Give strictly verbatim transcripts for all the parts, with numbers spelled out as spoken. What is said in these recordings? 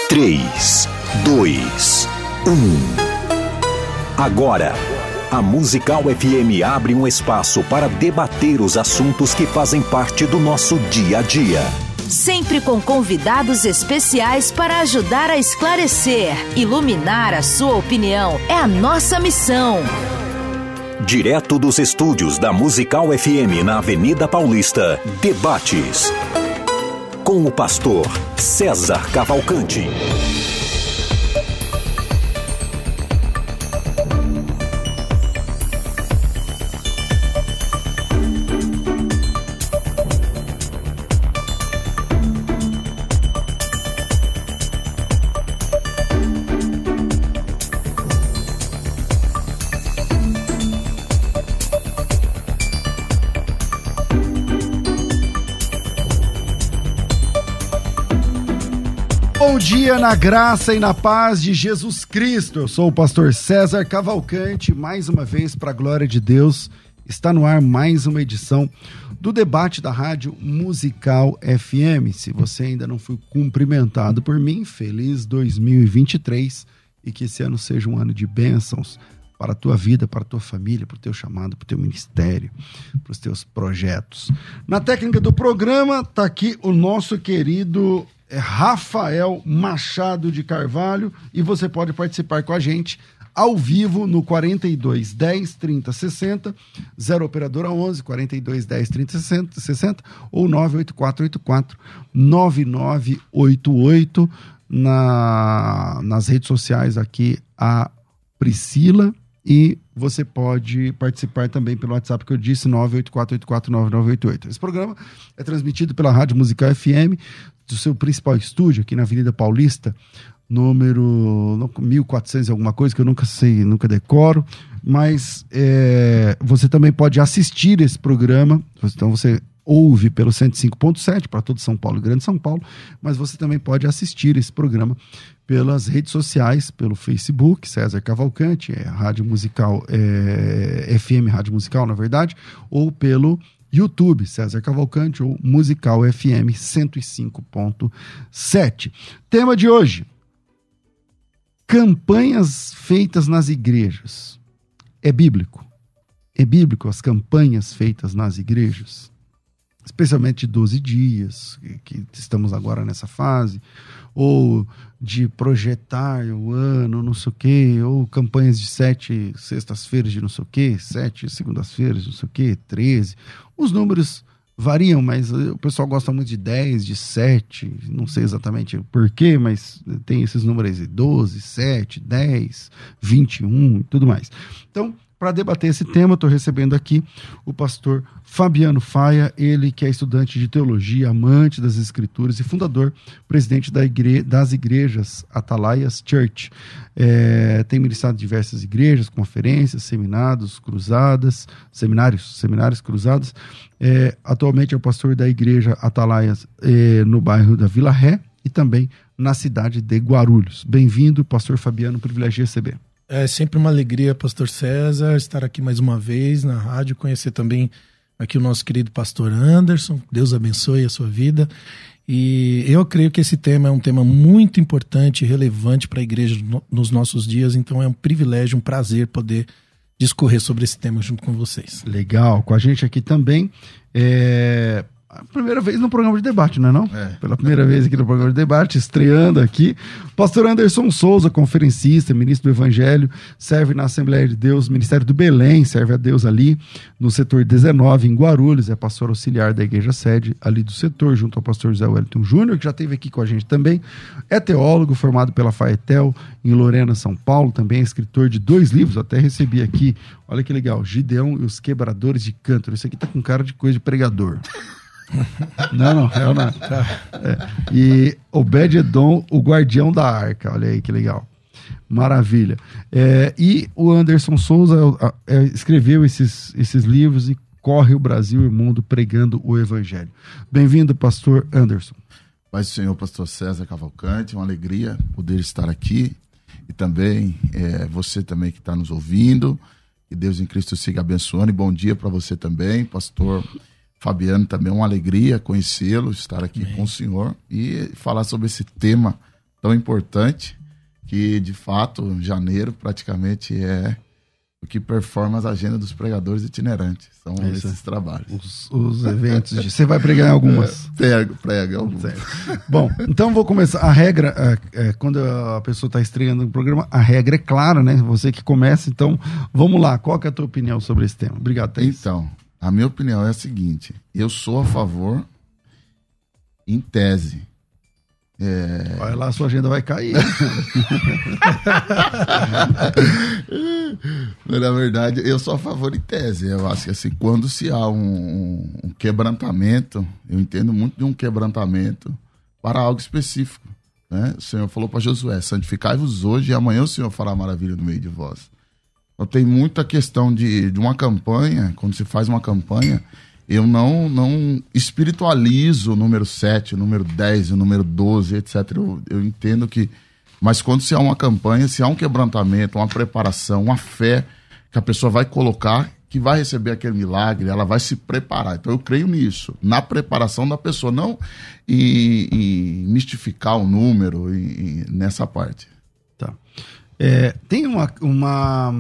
três, dois, um. Agora, a Musical F M abre um espaço para debater os assuntos que fazem parte do nosso dia a dia. Sempre com convidados especiais para ajudar a esclarecer, iluminar a sua opinião. É a nossa missão. Direto dos estúdios da Musical F M na Avenida Paulista, debates com o pastor César Cavalcante. Bom dia na graça e na paz de Jesus Cristo. Eu sou o pastor César Cavalcante, mais uma vez, para a glória de Deus, está no ar mais uma edição do debate da Rádio Musical F M. Se você ainda não foi cumprimentado por mim, feliz dois mil e vinte e três e que esse ano seja um ano de bênçãos para a tua vida, para a tua família, para o teu chamado, para o teu ministério, para os teus projetos. Na técnica do programa está aqui o nosso querido Rafael Machado de Carvalho, e você pode participar com a gente ao vivo no quarenta e dois, dez, trinta, sessenta, zero operadora onze, quarenta e dois, dez, trinta, sessenta ou nove oito quatro oito quatro, nove nove oito oito. Na, nas redes sociais aqui a Priscila, e você pode participar também pelo WhatsApp que eu disse, nove oito quatro oito quatro, nove nove oito oito. Esse programa é transmitido pela Rádio Musical F M, do seu principal estúdio aqui na Avenida Paulista, número mil e quatrocentos alguma coisa, que eu nunca sei, nunca decoro, mas é, você também pode assistir esse programa, então você ouve pelo cento e cinco ponto sete para todo São Paulo e Grande São Paulo, mas você também pode assistir esse programa pelas redes sociais, pelo Facebook, César Cavalcante, é Rádio Musical, é, F M Rádio Musical, na verdade, ou pelo YouTube, César Cavalcante, ou Musical F M cento e cinco ponto sete. Tema de hoje: campanhas feitas nas igrejas. É bíblico? É bíblico as campanhas feitas nas igrejas? Especialmente de doze dias, que estamos agora nessa fase, ou de projetar o ano, não sei o quê, ou campanhas de sete sextas-feiras de não sei o quê, sete segundas-feiras de não sei o quê, treze. Os números variam, mas o pessoal gosta muito de dez, de sete, não sei exatamente o porquê, mas tem esses números aí, doze, sete, dez, vinte e um e tudo mais. Então, para debater esse tema, estou recebendo aqui o pastor Fabiano Faia, ele que é estudante de teologia, amante das escrituras e fundador, presidente da igre- das igrejas Atalaias Church. É, tem ministrado em diversas igrejas, conferências, seminários, cruzadas, seminários, seminários cruzados. É, atualmente é o pastor da igreja Atalaias é, no bairro da Vila Ré e também na cidade de Guarulhos. Bem-vindo, pastor Fabiano, privilégio receber. É sempre uma alegria, pastor César, estar aqui mais uma vez na rádio, conhecer também aqui o nosso querido pastor Anderson. Deus abençoe a sua vida. E eu creio que esse tema é um tema muito importante e relevante para a igreja no, nos nossos dias, então é um privilégio, um prazer poder discorrer sobre esse tema junto com vocês. Legal, com a gente aqui também, é... a primeira vez no programa de debate, não é não? É. Pela primeira vez aqui no programa de debate, estreando aqui, pastor Anderson Souza, conferencista, ministro do Evangelho, serve na Assembleia de Deus, Ministério do Belém, serve a Deus ali no setor dezenove, em Guarulhos, é pastor auxiliar da igreja sede ali do setor, junto ao pastor José Wellington Júnior, que já esteve aqui com a gente também, é teólogo, formado pela Faetel, em Lorena, São Paulo, também é escritor de dois livros, até recebi aqui, olha que legal, Gideão e os Quebradores de Cântaro, isso aqui tá com cara de coisa de pregador. Não, não, é não. É. E Obed-Edom, o guardião da arca. Olha aí que legal. Maravilha. É, e o Anderson Souza é, escreveu esses, esses livros e corre o Brasil e o mundo pregando o Evangelho. Bem-vindo, pastor Anderson. Paz do Senhor, pastor César Cavalcante, uma alegria poder estar aqui. E também é, você também que está nos ouvindo. Que Deus em Cristo siga abençoando. E bom dia para você também, pastor Fabiano, também uma alegria conhecê-lo, estar aqui Amém. Com o senhor e falar sobre esse tema tão importante que, de fato, janeiro praticamente é o que performa as agendas dos pregadores itinerantes. São é esses trabalhos. Os, os eventos. De... Você vai pregar em algumas? Prego, prega algumas. Bom, então vou começar. A regra, é, é, quando a pessoa está estreando no programa, a regra é clara, né? Você que começa, então vamos lá. Qual que é a tua opinião sobre esse tema? Obrigado, Thaís. Então, a minha opinião é a seguinte. Eu sou a favor, em tese... É... Olha lá, a sua agenda vai cair. Na verdade, eu sou a favor em tese. Eu acho que assim, quando se há um, um quebrantamento, eu entendo muito de um quebrantamento para algo específico, né? O Senhor falou para Josué: santificai-vos hoje e amanhã o Senhor fará maravilha no meio de vós. Então tem muita questão de, de uma campanha. Quando se faz uma campanha, eu não, não espiritualizo o número sete, o número dez, o número doze, etcétera. Eu, eu entendo que... Mas quando se há uma campanha, se há um quebrantamento, uma preparação, uma fé que a pessoa vai colocar, que vai receber aquele milagre, ela vai se preparar. Então eu creio nisso, na preparação da pessoa, não em, em mistificar o número, em, em, nessa parte. Tá. É, tem uma... uma...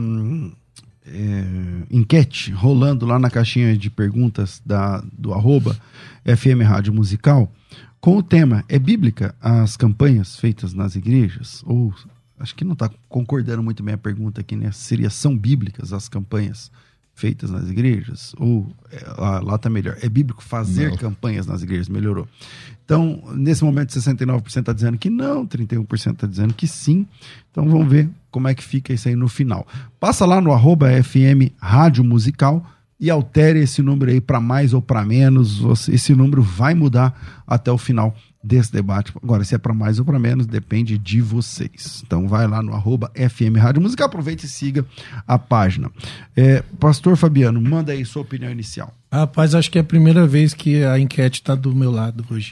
É, enquete rolando lá na caixinha de perguntas da, do arroba F M Rádio Musical com o tema: é bíblica as campanhas feitas nas igrejas? Ou, acho que não está concordando muito bem a pergunta aqui, né? Seria, são bíblicas as campanhas feitas nas igrejas? Ou, é, lá está melhor, é bíblico fazer não. campanhas nas igrejas? Melhorou. Então, nesse momento, sessenta e nove por cento está dizendo que não, trinta e um por cento está dizendo que sim. Então, vamos ver como é que fica isso aí no final. Passa lá no arroba F M Rádio Musical e altere esse número aí para mais ou para menos. Você, esse número vai mudar até o final desse debate. Agora, se é para mais ou para menos, depende de vocês. Então, vai lá no arroba F M Rádio Musical, aproveite e siga a página. É, Pastor Fabiano, manda aí sua opinião inicial. Rapaz, acho que é a primeira vez que a enquete tá do meu lado hoje.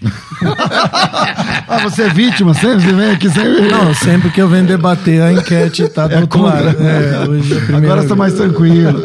Ah, você é vítima? Sempre você vem aqui sempre? Não, sempre que eu venho debater, a enquete tá do é outro lado. É, hoje é a agora você tá mais tranquilo.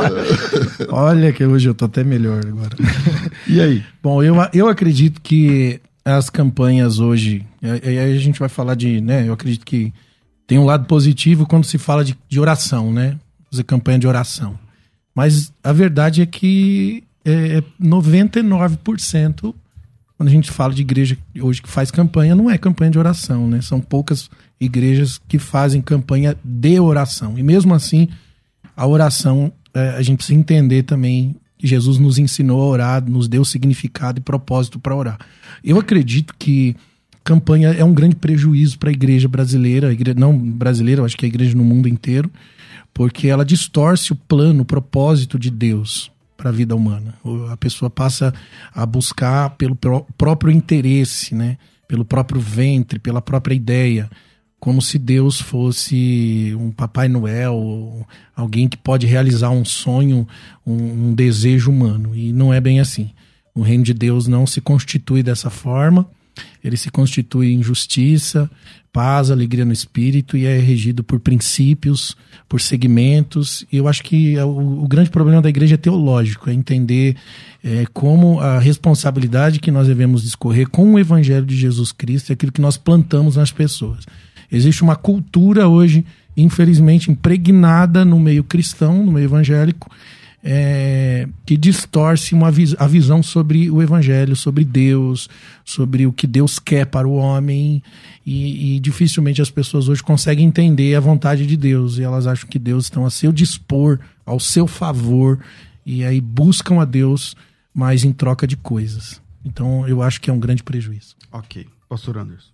Olha que hoje eu tô até melhor agora. E aí? Bom, eu, eu acredito que as campanhas hoje, aí a gente vai falar de, né, eu acredito que tem um lado positivo quando se fala de, de oração, né? Fazer campanha de oração. Mas a verdade é que é noventa e nove por cento, quando a gente fala de igreja hoje que faz campanha, não é campanha de oração, né? São poucas igrejas que fazem campanha de oração. E mesmo assim, a oração, é, a gente precisa entender também que Jesus nos ensinou a orar, nos deu significado e propósito para orar. Eu acredito que campanha é um grande prejuízo para a igreja brasileira, a igreja, não brasileira, eu acho que a igreja no mundo inteiro, porque ela distorce o plano, o propósito de Deus para a vida humana. A pessoa passa a buscar pelo próprio interesse, né? Pelo próprio ventre, pela própria ideia, como se Deus fosse um Papai Noel, alguém que pode realizar um sonho, um, um desejo humano. E não é bem assim. O reino de Deus não se constitui dessa forma. Ele se constitui em justiça, paz, alegria no espírito e é regido por princípios, por segmentos. E eu acho que o, o grande problema da igreja é teológico, é entender é, como a responsabilidade que nós devemos discorrer com o evangelho de Jesus Cristo é aquilo que nós plantamos nas pessoas. Existe uma cultura hoje, infelizmente, impregnada no meio cristão, no meio evangélico, É, que distorce uma vis- a visão sobre o evangelho, sobre Deus, sobre o que Deus quer para o homem, e, e dificilmente as pessoas hoje conseguem entender a vontade de Deus, e elas acham que Deus está a seu dispor, ao seu favor, e aí buscam a Deus, mas em troca de coisas. Então eu acho que é um grande prejuízo. Ok. Pastor Anderson.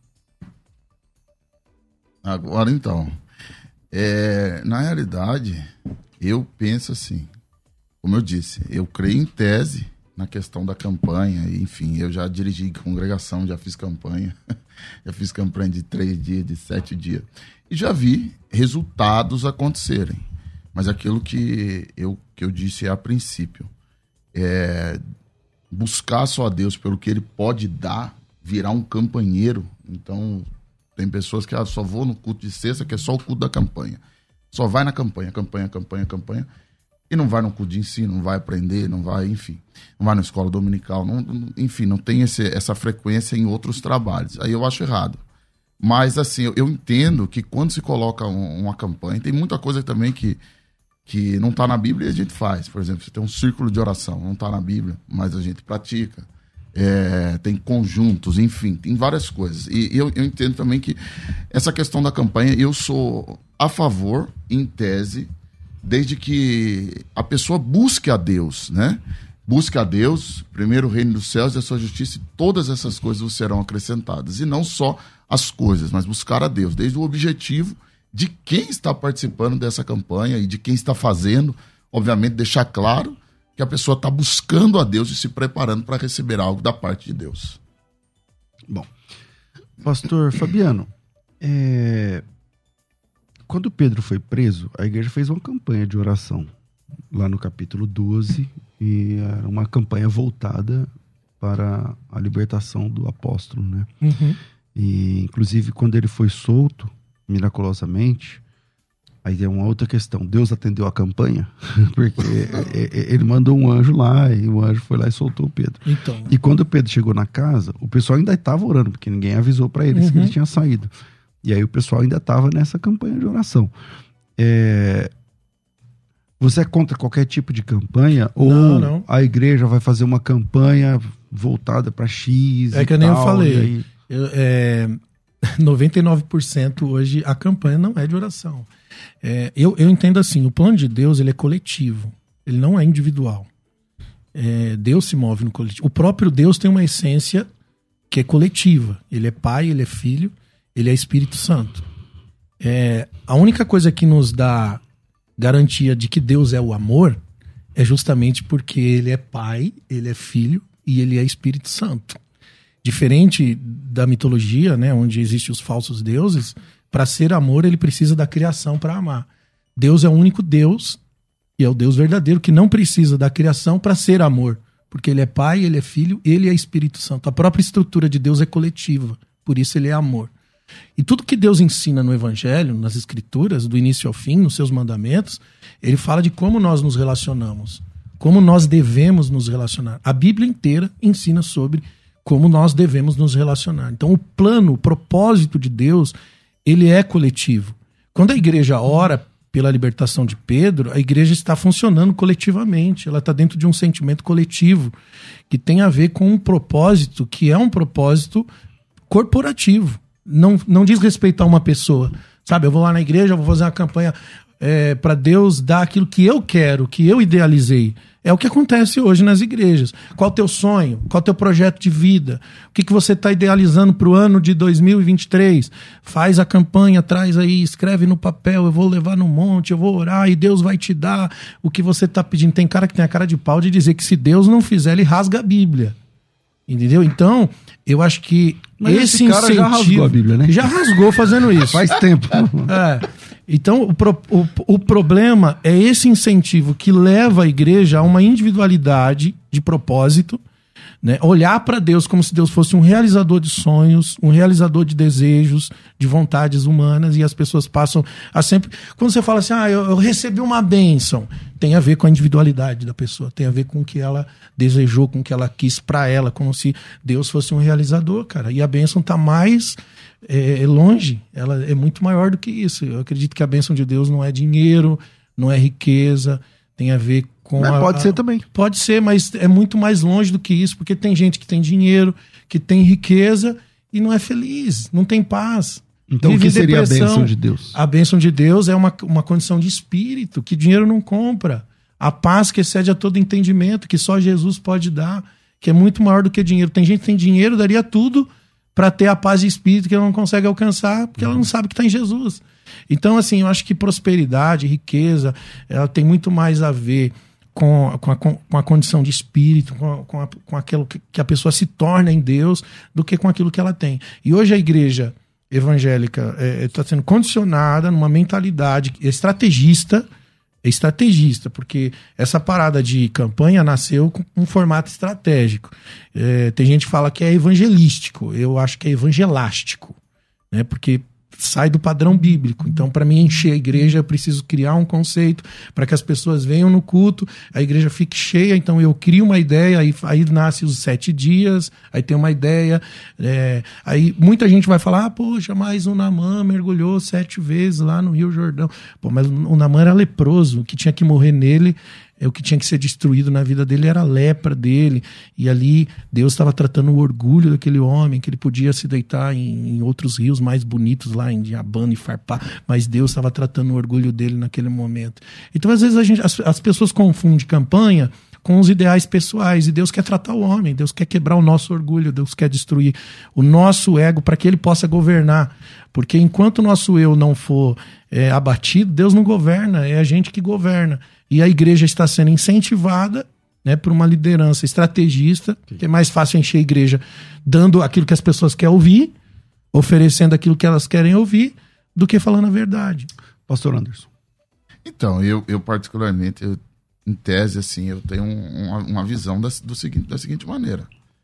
Agora então, é, na realidade, eu penso assim, como eu disse, eu creio em tese na questão da campanha, enfim, eu já dirigi congregação, já fiz campanha, já fiz campanha de três dias, de sete dias, e já vi resultados acontecerem, mas aquilo que eu, que eu disse a princípio, é buscar só a Deus pelo que Ele pode dar, virar um campanheiro. Então, tem pessoas que ah, só vou no culto de sexta, que é só o culto da campanha, só vai na campanha, campanha, campanha, campanha, e não vai no culto de ensino, não vai aprender, não vai, enfim, não vai na escola dominical, não, enfim, não tem esse, essa frequência em outros trabalhos. Aí eu acho errado. Mas, assim, eu, eu entendo que quando se coloca um, uma campanha, tem muita coisa também que, que não está na Bíblia e a gente faz. Por exemplo, você tem um círculo de oração, não está na Bíblia, mas a gente pratica. É, tem conjuntos, enfim, tem várias coisas. E eu, eu entendo também que essa questão da campanha, eu sou a favor, em tese, desde que a pessoa busque a Deus, né? Busque a Deus, primeiro o reino dos céus e a sua justiça, e todas essas coisas serão acrescentadas. E não só as coisas, mas buscar a Deus, desde o objetivo de quem está participando dessa campanha e de quem está fazendo, obviamente deixar claro que a pessoa está buscando a Deus e se preparando para receber algo da parte de Deus. Bom, pastor Fabiano, é... quando Pedro foi preso, a igreja fez uma campanha de oração, lá no capítulo doze, e era uma campanha voltada para a libertação do apóstolo, né? Uhum. E, inclusive, quando ele foi solto, miraculosamente, aí tem uma outra questão. Deus atendeu a campanha, porque ele mandou um anjo lá, e o anjo foi lá e soltou o Pedro. Então. E quando o Pedro chegou na casa, o pessoal ainda estava orando, porque ninguém avisou para eles uhum. que ele tinha saído. E aí o pessoal ainda estava nessa campanha de oração. É... Você é contra qualquer tipo de campanha? Ou não, não. a igreja vai fazer uma campanha voltada para X É e que nem tal, eu falei. Aí... Eu, é... noventa e nove por cento hoje a campanha não é de oração. É, eu, eu entendo assim, o plano de Deus ele é coletivo, ele não é individual. É, Deus se move no coletivo. O próprio Deus tem uma essência que é coletiva. Ele é Pai, ele é Filho, ele é Espírito Santo. É, a única coisa que nos dá garantia de que Deus é o amor é justamente porque ele é Pai, ele é Filho e ele é Espírito Santo. Diferente da mitologia, né, onde existem os falsos deuses, para ser amor ele precisa da criação para amar. Deus é o único Deus, e é o Deus verdadeiro, que não precisa da criação para ser amor, porque ele é Pai, ele é Filho, ele é Espírito Santo. A própria estrutura de Deus é coletiva, por isso ele é amor. E tudo que Deus ensina no Evangelho, nas Escrituras, do início ao fim, nos seus mandamentos, ele fala de como nós nos relacionamos, como nós devemos nos relacionar. A Bíblia inteira ensina sobre como nós devemos nos relacionar. Então o plano, o propósito de Deus, ele é coletivo. Quando a igreja ora pela libertação de Pedro, a igreja está funcionando coletivamente, ela está dentro de um sentimento coletivo, que tem a ver com um propósito que é um propósito corporativo. Não, não diz respeito a uma pessoa. Sabe, eu vou lá na igreja, vou fazer uma campanha é, para Deus dar aquilo que eu quero, que eu idealizei. É o que acontece hoje nas igrejas. Qual o teu sonho? Qual o teu projeto de vida? O que, que você está idealizando para o ano de dois mil e vinte e três? Faz a campanha, traz aí, escreve no papel, eu vou levar no monte, eu vou orar e Deus vai te dar o que você está pedindo. Tem cara que tem a cara de pau de dizer que se Deus não fizer, ele rasga a Bíblia. Entendeu? Então, eu acho que Mas esse, esse cara incentivo... já rasgou a Bíblia, né? Já rasgou fazendo isso. Faz tempo. É. Então, o, pro, o, o problema é esse incentivo que leva a igreja a uma individualidade de propósito, né? Olhar para Deus como se Deus fosse um realizador de sonhos, um realizador de desejos, de vontades humanas, e as pessoas passam a sempre... Quando você fala assim, ah, eu, eu recebi uma bênção, tem a ver com a individualidade da pessoa, tem a ver com o que ela desejou, com o que ela quis para ela, como se Deus fosse um realizador, cara. E a bênção está mais... É, é longe, ela é muito maior do que isso. Eu acredito que a bênção de Deus não é dinheiro, não é riqueza, tem a ver com... Mas a, pode a, ser também. Pode ser, mas é muito mais longe do que isso, porque tem gente que tem dinheiro, que tem riqueza e não é feliz, não tem paz. Então o que seria a bênção de Deus? A bênção de Deus é uma, uma condição de espírito que dinheiro não compra. A paz que excede a todo entendimento, que só Jesus pode dar, que é muito maior do que dinheiro. Tem gente que tem dinheiro, daria tudo para ter a paz de espírito que ela não consegue alcançar, porque ela não sabe que está em Jesus. Então, assim, eu acho que prosperidade, riqueza, ela tem muito mais a ver com, com, a, com a condição de espírito, com, com, a, com aquilo que a pessoa se torna em Deus, do que com aquilo que ela tem. E hoje a igreja evangélica está é, sendo condicionada numa mentalidade estrategista, estrategista, porque essa parada de campanha nasceu com um formato estratégico. É, tem gente que fala que é evangelístico, eu acho que é evangelástico, né? Porque sai do padrão bíblico. Então, para mim encher a igreja, eu preciso criar um conceito para que as pessoas venham no culto, a igreja fique cheia. Então, eu crio uma ideia, aí, aí nasce os sete dias, aí tem uma ideia. É, aí muita gente vai falar, ah, poxa, mas o Naamã mergulhou sete vezes lá no Rio Jordão. Pô, mas o Naamã era leproso, o que tinha que morrer nele, é o que tinha que ser destruído na vida dele era a lepra dele. E ali Deus estava tratando o orgulho daquele homem, que ele podia se deitar em, em outros rios mais bonitos lá em Diabana e Farpá, mas Deus estava tratando o orgulho dele naquele momento. Então às vezes a gente, as, as pessoas confundem campanha com os ideais pessoais, e Deus quer tratar o homem, Deus quer quebrar o nosso orgulho, Deus quer destruir o nosso ego para que ele possa governar, porque enquanto o nosso eu não for é, abatido, Deus não governa, é a gente que governa. E a igreja está sendo incentivada, né, por uma liderança estrategista, que é mais fácil encher a igreja dando aquilo que as pessoas querem ouvir, oferecendo aquilo que elas querem ouvir, do que falando a verdade. Pastor Anderson. Então, eu, eu particularmente, eu, em tese, assim, eu tenho um, uma, uma visão da, do seguinte, da seguinte maneira.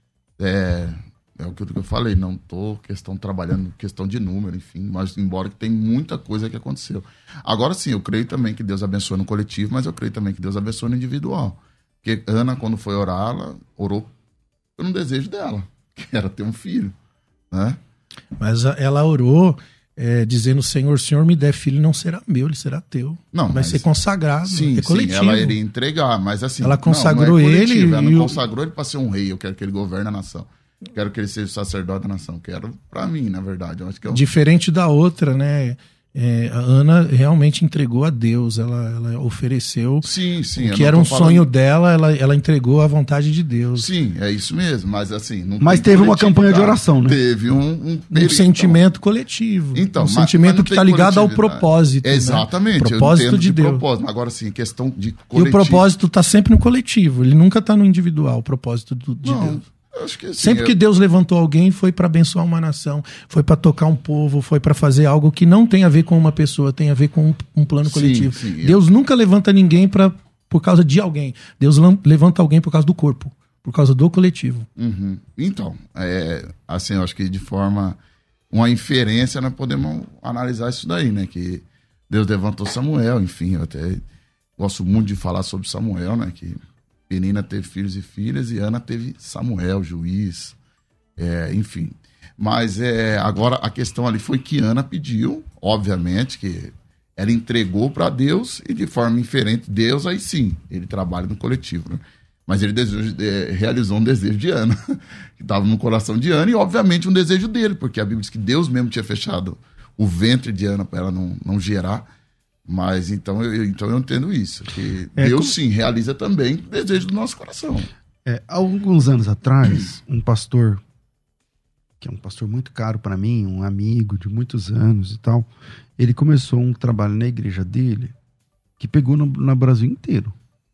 É, é o que eu falei, não estou questão trabalhando questão de número, enfim, mas embora que tem muita coisa que aconteceu. Agora sim, eu creio também que Deus abençoe no coletivo, mas eu creio também que Deus abençoe no individual. Porque Ana, quando foi orar, ela orou por um desejo dela, que era ter um filho, né? Mas ela orou é, dizendo, Senhor, Senhor me der filho, não será meu, ele será teu. Não, vai mas, ser consagrado, sim, é coletivo. Sim, ela iria entregar, mas assim... Ela consagrou não, não é ele... Ela não e consagrou ele para ser um rei, eu quero que ele governe a nação. Quero que ele seja o sacerdote da nação. Quero pra mim, na verdade. Eu acho que é um... Diferente da outra, né? É, a Ana realmente entregou a Deus. Ela, ela ofereceu sim, sim, o que era um falando... sonho dela. Ela, ela entregou a vontade de Deus. Sim, é isso mesmo. Mas assim... Não mas teve uma campanha de oração, né? Teve um... Um, um sentimento coletivo. Então, um mas, sentimento mas que está ligado ao propósito. Exatamente. Né? Propósito de, de Deus. Propósito. Agora sim, questão de coletivo. E o propósito está sempre no coletivo. Ele nunca está no individual, o propósito do, de não. Deus. Acho que, assim, Sempre eu... que Deus levantou alguém foi para abençoar uma nação, foi para tocar um povo, foi para fazer algo que não tem a ver com uma pessoa, tem a ver com um, um plano coletivo. Sim, sim, Deus eu... nunca levanta ninguém pra, por causa de alguém. Deus levanta alguém por causa do corpo, por causa do coletivo. Uhum. Então, é, assim, eu acho que de forma, uma inferência nós podemos analisar isso daí, né? Que Deus levantou Samuel, enfim, eu até gosto muito de falar sobre Samuel, né? Que Penina teve filhos e filhas e Ana teve Samuel, juiz, é, enfim. Mas é, agora a questão ali foi que Ana pediu, obviamente, que ela entregou para Deus e de forma inferente, Deus aí sim, ele trabalha no coletivo, né? Mas ele desejo, é, realizou um desejo de Ana, que estava no coração de Ana e obviamente um desejo dele, porque a Bíblia diz que Deus mesmo tinha fechado o ventre de Ana para ela não, não gerar. Mas então eu, então eu entendo isso, que é, Deus como... sim realiza também o desejo do nosso coração. É, há alguns anos atrás, um pastor, que é um pastor muito caro para mim, um amigo de muitos anos e tal, ele começou um trabalho na igreja dele que pegou no, no Brasil inteiro.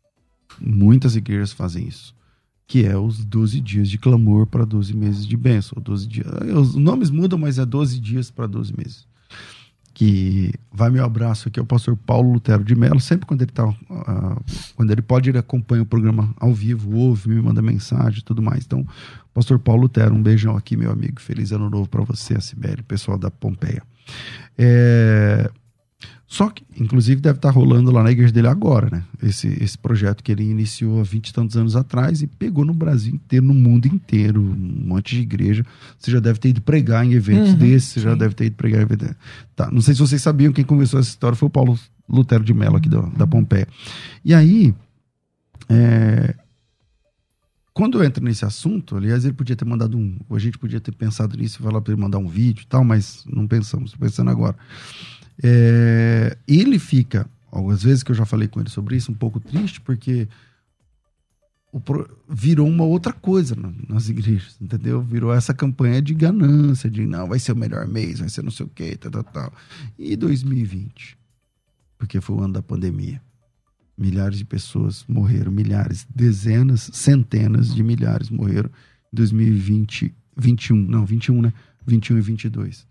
Muitas igrejas fazem isso, que é os doze dias de clamor para doze meses de bênção. doze dias, os nomes mudam, mas é doze dias para doze meses. Que vai meu abraço aqui ao pastor Paulo Lutero de Mello, sempre quando ele tá, uh, quando ele pode, ele acompanha o programa ao vivo, ouve, me manda mensagem e tudo mais. Então, pastor Paulo Lutero, um beijão aqui, meu amigo, feliz ano novo para você, a Sibeli, pessoal da Pompeia. É... Só que, inclusive, deve estar rolando lá na igreja dele agora, né? Esse, esse projeto que ele iniciou há vinte e tantos anos atrás e pegou no Brasil inteiro, no mundo inteiro, um monte de igreja. Você já deve ter ido pregar em eventos uhum, desses, você sim. já deve ter ido pregar em eventos. Tá, não sei se vocês sabiam, quem começou essa história foi o Paulo Lutero de Mello, aqui da, da Pompeia. E aí, é... quando eu entro nesse assunto, aliás, ele podia ter mandado um, ou a gente podia ter pensado nisso e falar para ele mandar um vídeo e tal, mas não pensamos, estou pensando agora. É, ele fica, algumas vezes que eu já falei com ele sobre isso, um pouco triste, porque o, virou uma outra coisa nas igrejas, entendeu? Virou essa campanha de ganância, de não, vai ser o melhor mês, vai ser não sei o que, tal, tal, tal. E dois mil e vinte, porque foi o ano da pandemia, milhares de pessoas morreram, milhares, dezenas, centenas de milhares morreram em dois mil e vinte, vinte e um, não, vinte e um, né? vinte e um e vinte e dois.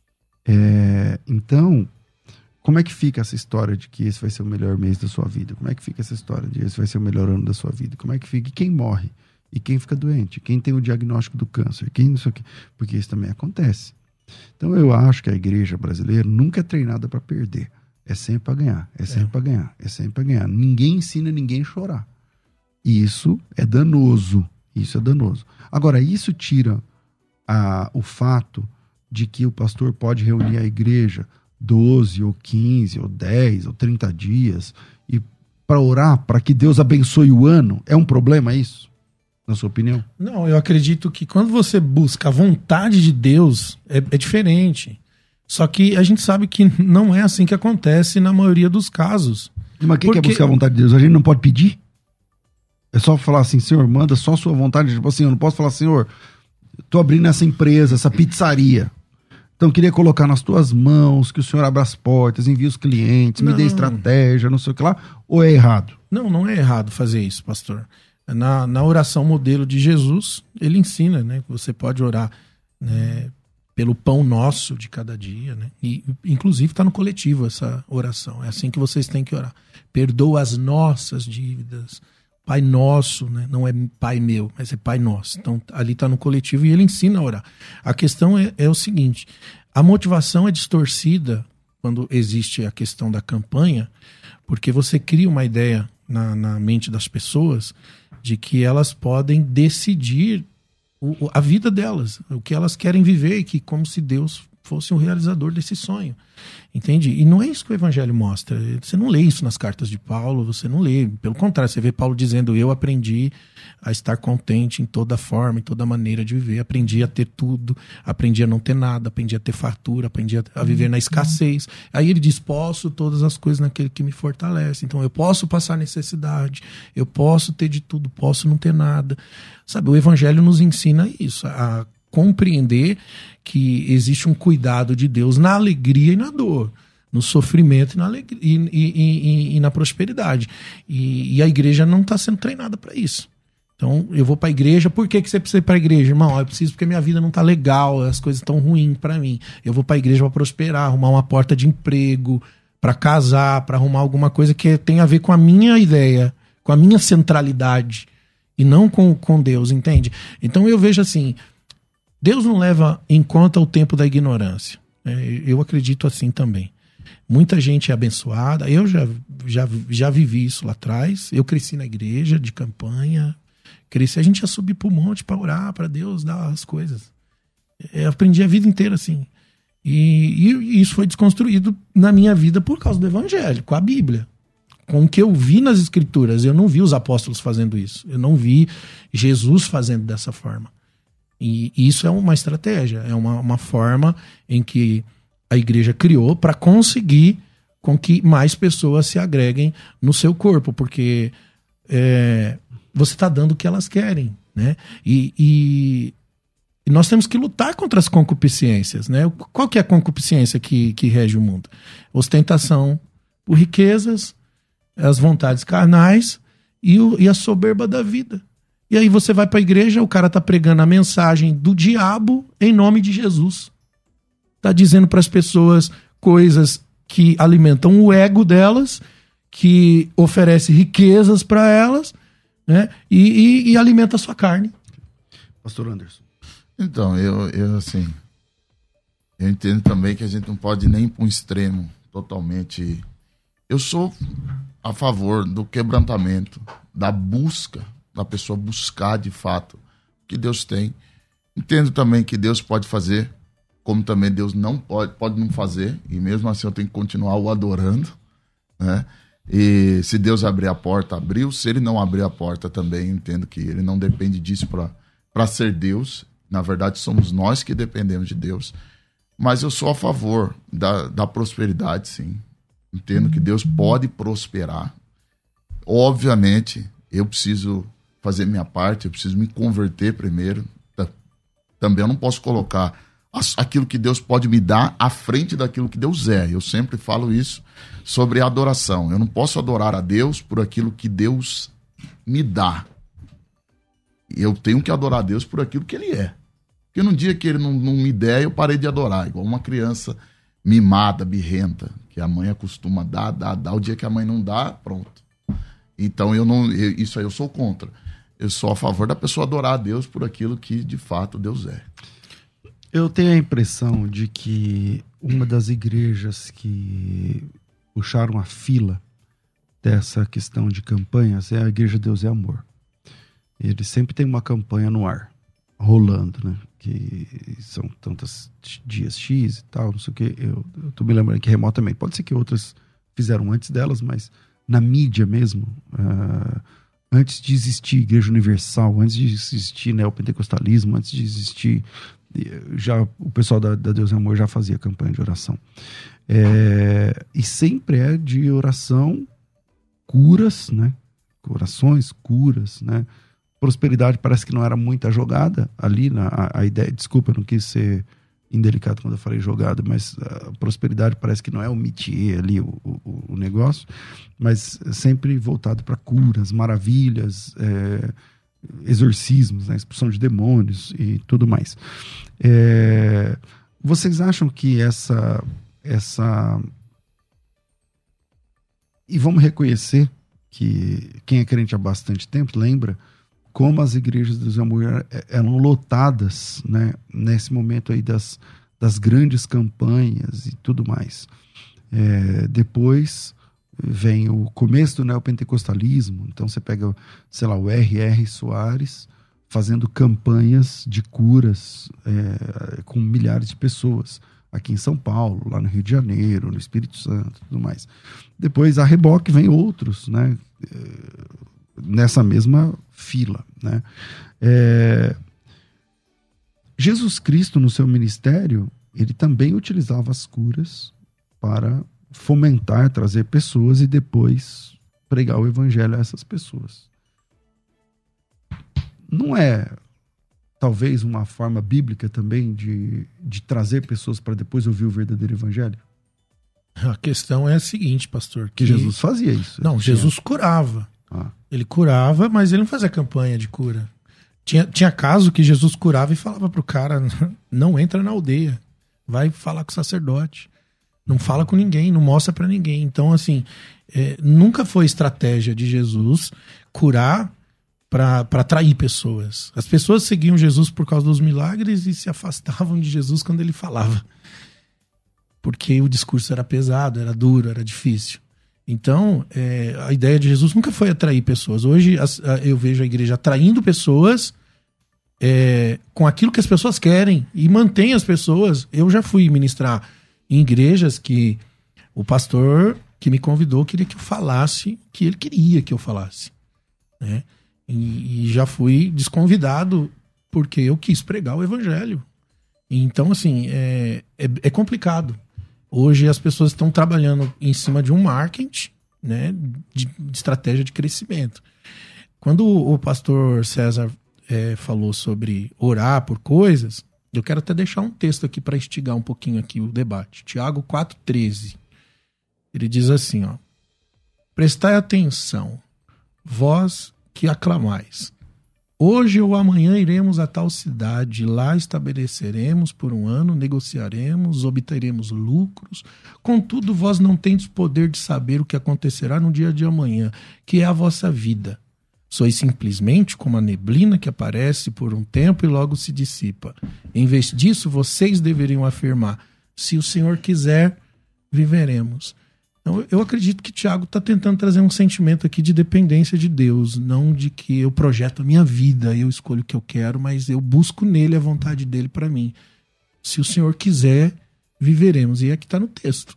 É, então, como é que fica essa história de que esse vai ser o melhor mês da sua vida? Como é que fica essa história de que esse vai ser o melhor ano da sua vida? Como é que fica? E quem morre? E quem fica doente? Quem tem o diagnóstico do câncer? Quem não sei o quê? Porque isso também acontece. Então eu acho que a igreja brasileira nunca é treinada para perder. É sempre para ganhar, é sempre é. para ganhar, é sempre para ganhar. Ninguém ensina ninguém a chorar. E isso é danoso, isso é danoso. Agora, isso tira a, o fato de que o pastor pode reunir a igreja doze, ou quinze, ou dez, ou trinta dias e para orar, para que Deus abençoe o ano. É um problema isso? Na sua opinião? Não, eu acredito que quando você busca a vontade de Deus, é, é diferente. Só que a gente sabe que não é assim que acontece na maioria dos casos. Mas o que, Porque... que é buscar a vontade de Deus? A gente não pode pedir? É só falar assim, Senhor, manda só a sua vontade. Tipo assim, eu não posso falar, Senhor, tô abrindo essa empresa, essa pizzaria. Então, queria colocar nas tuas mãos, que o Senhor abra as portas, envie os clientes, não. me dê estratégia, não sei o que lá. Ou é errado? Não, não é errado fazer isso, pastor. Na, na oração modelo de Jesus, ele ensina, né? Que você pode orar, né, pelo pão nosso de cada dia, né? E, inclusive, está no coletivo essa oração. É assim que vocês têm que orar. Perdoa as nossas dívidas. Pai nosso, né? Não é pai meu, mas é pai nosso. Então, ali está no coletivo e ele ensina a orar. A questão é, é o seguinte, a motivação é distorcida quando existe a questão da campanha, porque você cria uma ideia na, na mente das pessoas de que elas podem decidir o, a vida delas, o que elas querem viver, e que como se Deus fosse um realizador desse sonho, entende? E não é isso que o evangelho mostra. Você não lê isso nas cartas de Paulo, você não lê. Pelo contrário, você vê Paulo dizendo, eu aprendi a estar contente em toda forma, em toda maneira de viver, aprendi a ter tudo, aprendi a não ter nada, aprendi a ter fartura, aprendi a, a viver na escassez. Aí ele diz, posso todas as coisas naquele que me fortalece. Então eu posso passar necessidade, eu posso ter de tudo, posso não ter nada. Sabe, o evangelho nos ensina isso, a compreender que existe um cuidado de Deus na alegria e na dor, no sofrimento e na, alegria, e, e, e, e na prosperidade. E, e a igreja não está sendo treinada para isso. Então, eu vou para a igreja. Por que, que você precisa ir para a igreja? Irmão, eu preciso porque minha vida não está legal, as coisas estão ruins para mim. Eu vou para a igreja para prosperar, arrumar uma porta de emprego, para casar, para arrumar alguma coisa que tem a ver com a minha ideia, com a minha centralidade, e não com, com Deus, entende? Então, eu vejo assim, Deus não leva em conta o tempo da ignorância. Eu acredito assim também. Muita gente é abençoada. Eu já, já, já vivi isso lá atrás. Eu cresci na igreja de campanha. Cresci, a gente ia subir para o monte para orar, para Deus dar as coisas. Eu aprendi a vida inteira assim. E, e isso foi desconstruído na minha vida por causa do evangelho, com a Bíblia. Com o que eu vi nas escrituras. Eu não vi os apóstolos fazendo isso. Eu não vi Jesus fazendo dessa forma. E isso é uma estratégia, é uma, uma forma em que a igreja criou para conseguir com que mais pessoas se agreguem no seu corpo, porque é, você está dando o que elas querem, né? E, e, e nós temos que lutar contra as concupiscências, né? Qual que é a concupiscência que, que rege o mundo? Ostentação por riquezas, as vontades carnais e, o, e a soberba da vida. E aí você vai para a igreja, o cara tá pregando a mensagem do diabo em nome de Jesus. Tá dizendo para as pessoas coisas que alimentam o ego delas, que oferece riquezas para elas, né? E, e, e alimenta a sua carne. Pastor Anderson. Então, eu, eu assim, eu entendo também que a gente não pode nem ir para um extremo totalmente. Eu sou a favor do quebrantamento, da busca, da pessoa buscar de fato o que Deus tem. Entendo também que Deus pode fazer, como também Deus não pode, pode não fazer, e mesmo assim eu tenho que continuar o adorando, né? E se Deus abrir a porta, abriu. Se ele não abrir a porta também, entendo que ele não depende disso para ser Deus. Na verdade, somos nós que dependemos de Deus. Mas eu sou a favor da, da prosperidade, sim. Entendo que Deus pode prosperar. Obviamente, eu preciso fazer minha parte, eu preciso me converter primeiro. Também eu não posso colocar aquilo que Deus pode me dar à frente daquilo que Deus é. Eu sempre falo isso sobre a adoração. Eu não posso adorar a Deus por aquilo que Deus me dá. Eu tenho que adorar a Deus por aquilo que Ele é. Porque no dia que Ele não, não me der, eu parei de adorar. Igual uma criança mimada, birrenta, que a mãe acostuma dar, dar, dar. O dia que a mãe não dá, pronto. Então, eu não, eu, isso aí eu sou contra. Eu sou a favor da pessoa adorar a Deus por aquilo que, de fato, Deus é. Eu tenho a impressão de que uma das igrejas que puxaram a fila dessa questão de campanhas é a Igreja Deus é Amor. Ele sempre tem uma campanha no ar, rolando, né? Que são tantos dias X e tal, não sei o que. Eu, eu tô me lembrando que remotamente. Pode ser que outras fizeram antes delas, mas na mídia mesmo, uh, antes de existir Igreja Universal, antes de existir neopentecostalismo, antes de existir, já o pessoal da, da Deus é Amor já fazia campanha de oração. É, e sempre é de oração, curas, né? Orações, curas, né? Prosperidade parece que não era muita jogada ali, na, a, a ideia, desculpa, eu não quis ser indelicado quando eu falei jogada, mas a prosperidade parece que não é o métier ali, o, o, o negócio, mas sempre voltado para curas, maravilhas, é, exorcismos, né, expulsão de demônios e tudo mais. É, vocês acham que essa, essa... E vamos reconhecer que quem é crente há bastante tempo lembra como as igrejas do Deus é Amor eram lotadas, né, nesse momento aí das, das grandes campanhas e tudo mais. É, depois vem o começo do neopentecostalismo, então você pega, sei lá, o R R Soares fazendo campanhas de curas é, com milhares de pessoas, aqui em São Paulo, lá no Rio de Janeiro, no Espírito Santo, tudo mais. Depois, a reboque, vem outros, né, nessa mesma fila, né. É... Jesus Cristo, no seu ministério, ele também utilizava as curas para fomentar, trazer pessoas e depois pregar o evangelho a essas pessoas. Não é talvez uma forma bíblica também de, de trazer pessoas para depois ouvir o verdadeiro evangelho? A questão é a seguinte, pastor. Que, que Jesus fazia isso. Não, Jesus tinha... curava. Ah. Ele curava, mas ele não fazia campanha de cura. Tinha, tinha caso que Jesus curava e falava pro cara, não entra na aldeia, vai falar com o sacerdote. Não fala com ninguém, não mostra para ninguém. Então, assim, é, nunca foi estratégia de Jesus curar para atrair pessoas. As pessoas seguiam Jesus por causa dos milagres e se afastavam de Jesus quando ele falava. Porque o discurso era pesado, era duro, era difícil. Então, é, a ideia de Jesus nunca foi atrair pessoas. Hoje as, a, eu vejo a igreja atraindo pessoas é, com aquilo que as pessoas querem e mantém as pessoas. Eu já fui ministrar em igrejas que o pastor que me convidou queria que eu falasse o que ele queria que eu falasse, né? E, e já fui desconvidado porque eu quis pregar o evangelho. Então, assim, é, é, é complicado. Hoje as pessoas estão trabalhando em cima de um marketing, né, de, de estratégia de crescimento. Quando o, o pastor César é, falou sobre orar por coisas, eu quero até deixar um texto aqui para instigar um pouquinho aqui o debate. Tiago quatro, treze. Ele diz assim, ó: prestai atenção, vós que aclamais. Hoje ou amanhã iremos a tal cidade, lá estabeleceremos por um ano, negociaremos, obteremos lucros. Contudo, vós não tendes poder de saber o que acontecerá no dia de amanhã, que é a vossa vida. Sois simplesmente como a neblina que aparece por um tempo e logo se dissipa. Em vez disso, vocês deveriam afirmar: se o Senhor quiser, viveremos. Então, eu acredito que Tiago está tentando trazer um sentimento aqui de dependência de Deus, não de que eu projeto a minha vida, eu escolho o que eu quero, mas eu busco nele a vontade dele para mim. Se o Senhor quiser, viveremos. E aqui está no texto.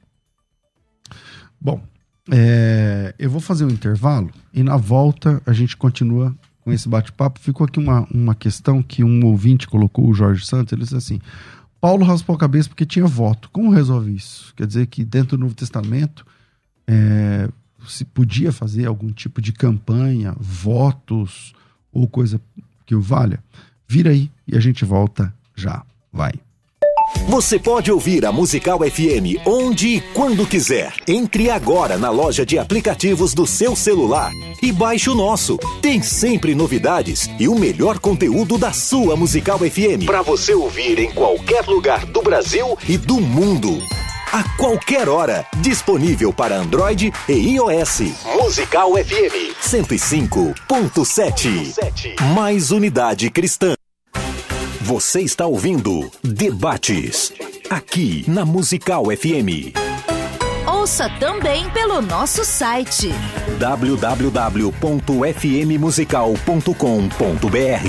Bom, é, eu vou fazer um intervalo e na volta a gente continua com esse bate-papo. Ficou aqui uma, uma questão que um ouvinte colocou, o Jorge Santos. Ele disse assim: Paulo raspou a cabeça porque tinha voto. Como resolve isso? Quer dizer que dentro do Novo Testamento é, se podia fazer algum tipo de campanha, votos ou coisa que o valha? Vira aí e a gente volta já. Vai. Você pode ouvir a Musical F M onde e quando quiser. Entre agora na loja de aplicativos do seu celular e baixe o nosso. Tem sempre novidades e o melhor conteúdo da sua Musical F M para você ouvir em qualquer lugar do Brasil e do mundo. A qualquer hora. Disponível para Android e iOS. Musical F M cento e cinco ponto sete. Mais unidade cristã. Você está ouvindo Debates, aqui na Musical F M. Ouça também pelo nosso site w w w ponto f m musical ponto com ponto b r.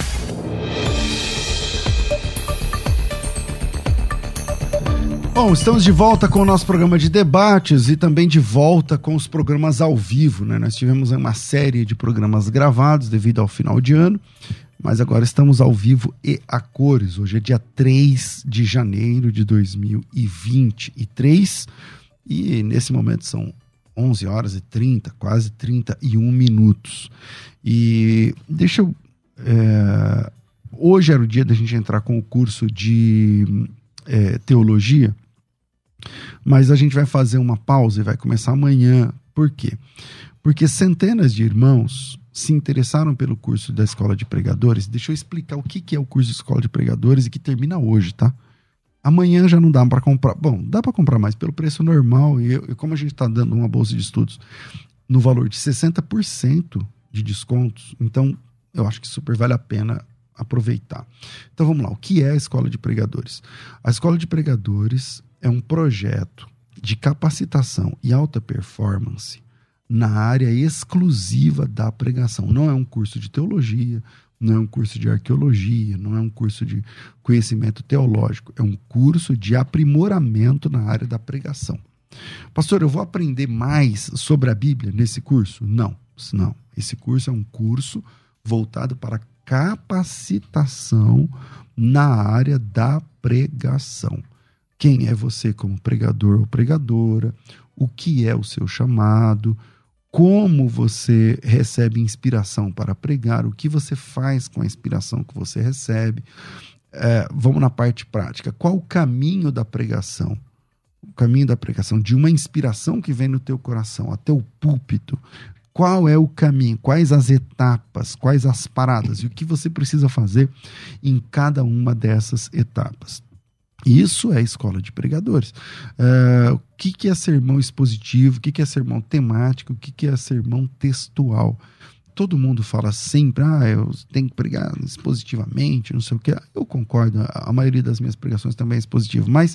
Bom, estamos de volta com o nosso programa de debates e também de volta com os programas ao vivo, né? Nós tivemos uma série de programas gravados devido ao final de ano, mas agora estamos ao vivo e a cores. Hoje é dia três de janeiro de dois mil e vinte e três e nesse momento são onze horas e trinta, quase trinta e um minutos. E deixa eu... É, hoje era o dia da gente entrar com o curso de é, teologia, mas a gente vai fazer uma pausa e vai começar amanhã. Por quê? Porque centenas de irmãos se interessaram pelo curso da Escola de Pregadores. Deixa eu explicar o que é o curso de Escola de Pregadores e que termina hoje, tá? Amanhã já não dá para comprar. Bom, dá para comprar mais pelo preço normal. E, e como a gente está dando uma bolsa de estudos no valor de sessenta por cento de descontos, então eu acho que super vale a pena aproveitar. Então vamos lá. O que é a Escola de Pregadores? A Escola de Pregadores é um projeto de capacitação e alta performance na área exclusiva da pregação. Não é um curso de teologia, não é um curso de arqueologia, não é um curso de conhecimento teológico, é um curso de aprimoramento na área da pregação. Pastor, eu vou aprender mais sobre a Bíblia nesse curso? Não, não. Esse curso é um curso voltado para capacitação na área da pregação. Quem é você como pregador ou pregadora? O que é o seu chamado? Como você recebe inspiração para pregar? O que você faz com a inspiração que você recebe? É, vamos na parte prática. Qual o caminho da pregação? O caminho da pregação, de uma inspiração que vem no teu coração até o púlpito. Qual é o caminho? Quais as etapas? Quais as paradas? E o que você precisa fazer em cada uma dessas etapas? Isso é a Escola de Pregadores. Uh, o que, que é sermão expositivo? O que, que é sermão temático? O que, que é sermão textual? Todo mundo fala sempre, ah, eu tenho que pregar expositivamente, não sei o que. Eu concordo, a maioria das minhas pregações também é expositiva, mas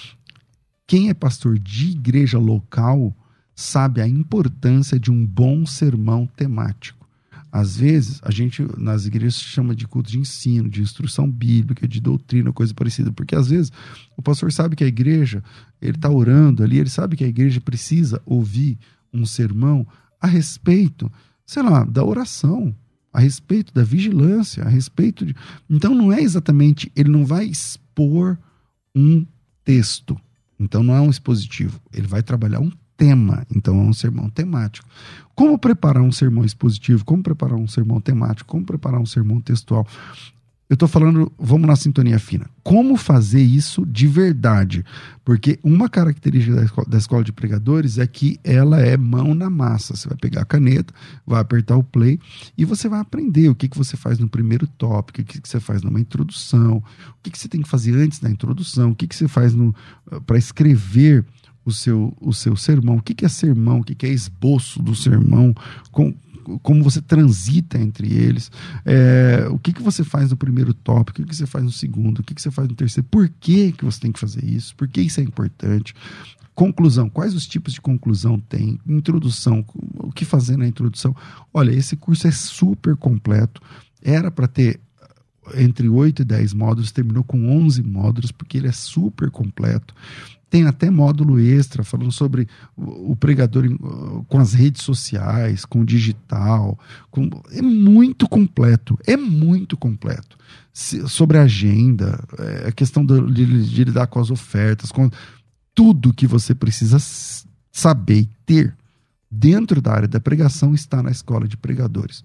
quem é pastor de igreja local sabe a importância de um bom sermão temático. Às vezes, a gente, nas igrejas, chama de culto de ensino, de instrução bíblica, de doutrina, coisa parecida, porque às vezes o pastor sabe que a igreja, ele está orando ali, ele sabe que a igreja precisa ouvir um sermão a respeito, sei lá, da oração, a respeito da vigilância, a respeito de... Então não é exatamente, ele não vai expor um texto, então não é um expositivo, ele vai trabalhar um tema, então é um sermão temático. Como preparar um sermão expositivo? Como preparar um sermão temático? Como preparar um sermão textual? Eu estou falando, vamos na sintonia fina. Como fazer isso de verdade? Porque uma característica da escola, da escola de pregadores é que ela é mão na massa. Você vai pegar a caneta, vai apertar o play e você vai aprender o que, que você faz no primeiro tópico, o que, que você faz numa introdução, o que, que você tem que fazer antes da introdução, o que, que você faz para escrever o seu, o seu sermão, o que, que é sermão, o que, que é esboço do sermão, com, como você transita entre eles, é, o que, que você faz no primeiro tópico, o que, que você faz no segundo, o que, que você faz no terceiro, por que, que você tem que fazer isso, por que isso é importante, conclusão, quais os tipos de conclusão tem, introdução, o que fazer na introdução. Olha, esse curso é super completo, era para ter entre oito e dez módulos, terminou com onze módulos, porque ele é super completo. Tem até módulo extra falando sobre o pregador com as redes sociais, com o digital. Com... É muito completo, é muito completo. Sobre a agenda, a questão de, de lidar com as ofertas, com tudo que você precisa saber e ter dentro da área da pregação está na Escola de Pregadores.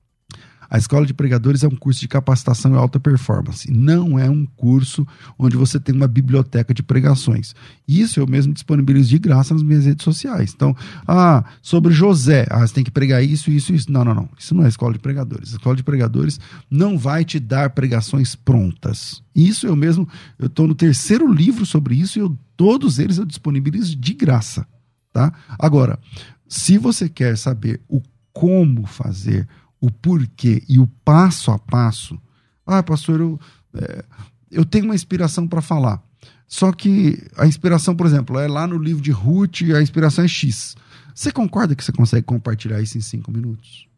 A Escola de Pregadores é um curso de capacitação e alta performance. Não é um curso onde você tem uma biblioteca de pregações. Isso eu mesmo disponibilizo de graça nas minhas redes sociais. Então, ah, sobre José, ah, você tem que pregar isso, isso, isso. Não, não, não. Isso não é Escola de Pregadores. A Escola de Pregadores não vai te dar pregações prontas. Isso eu mesmo, eu estou no terceiro livro sobre isso e eu, todos eles eu disponibilizo de graça. Tá? Agora, se você quer saber o como fazer, o porquê e o passo a passo. Ah, pastor, eu, É, eu tenho uma inspiração para falar. Só que a inspiração, por exemplo, é lá no livro de Ruth, a inspiração é X. Você concorda que você consegue compartilhar isso em cinco minutos?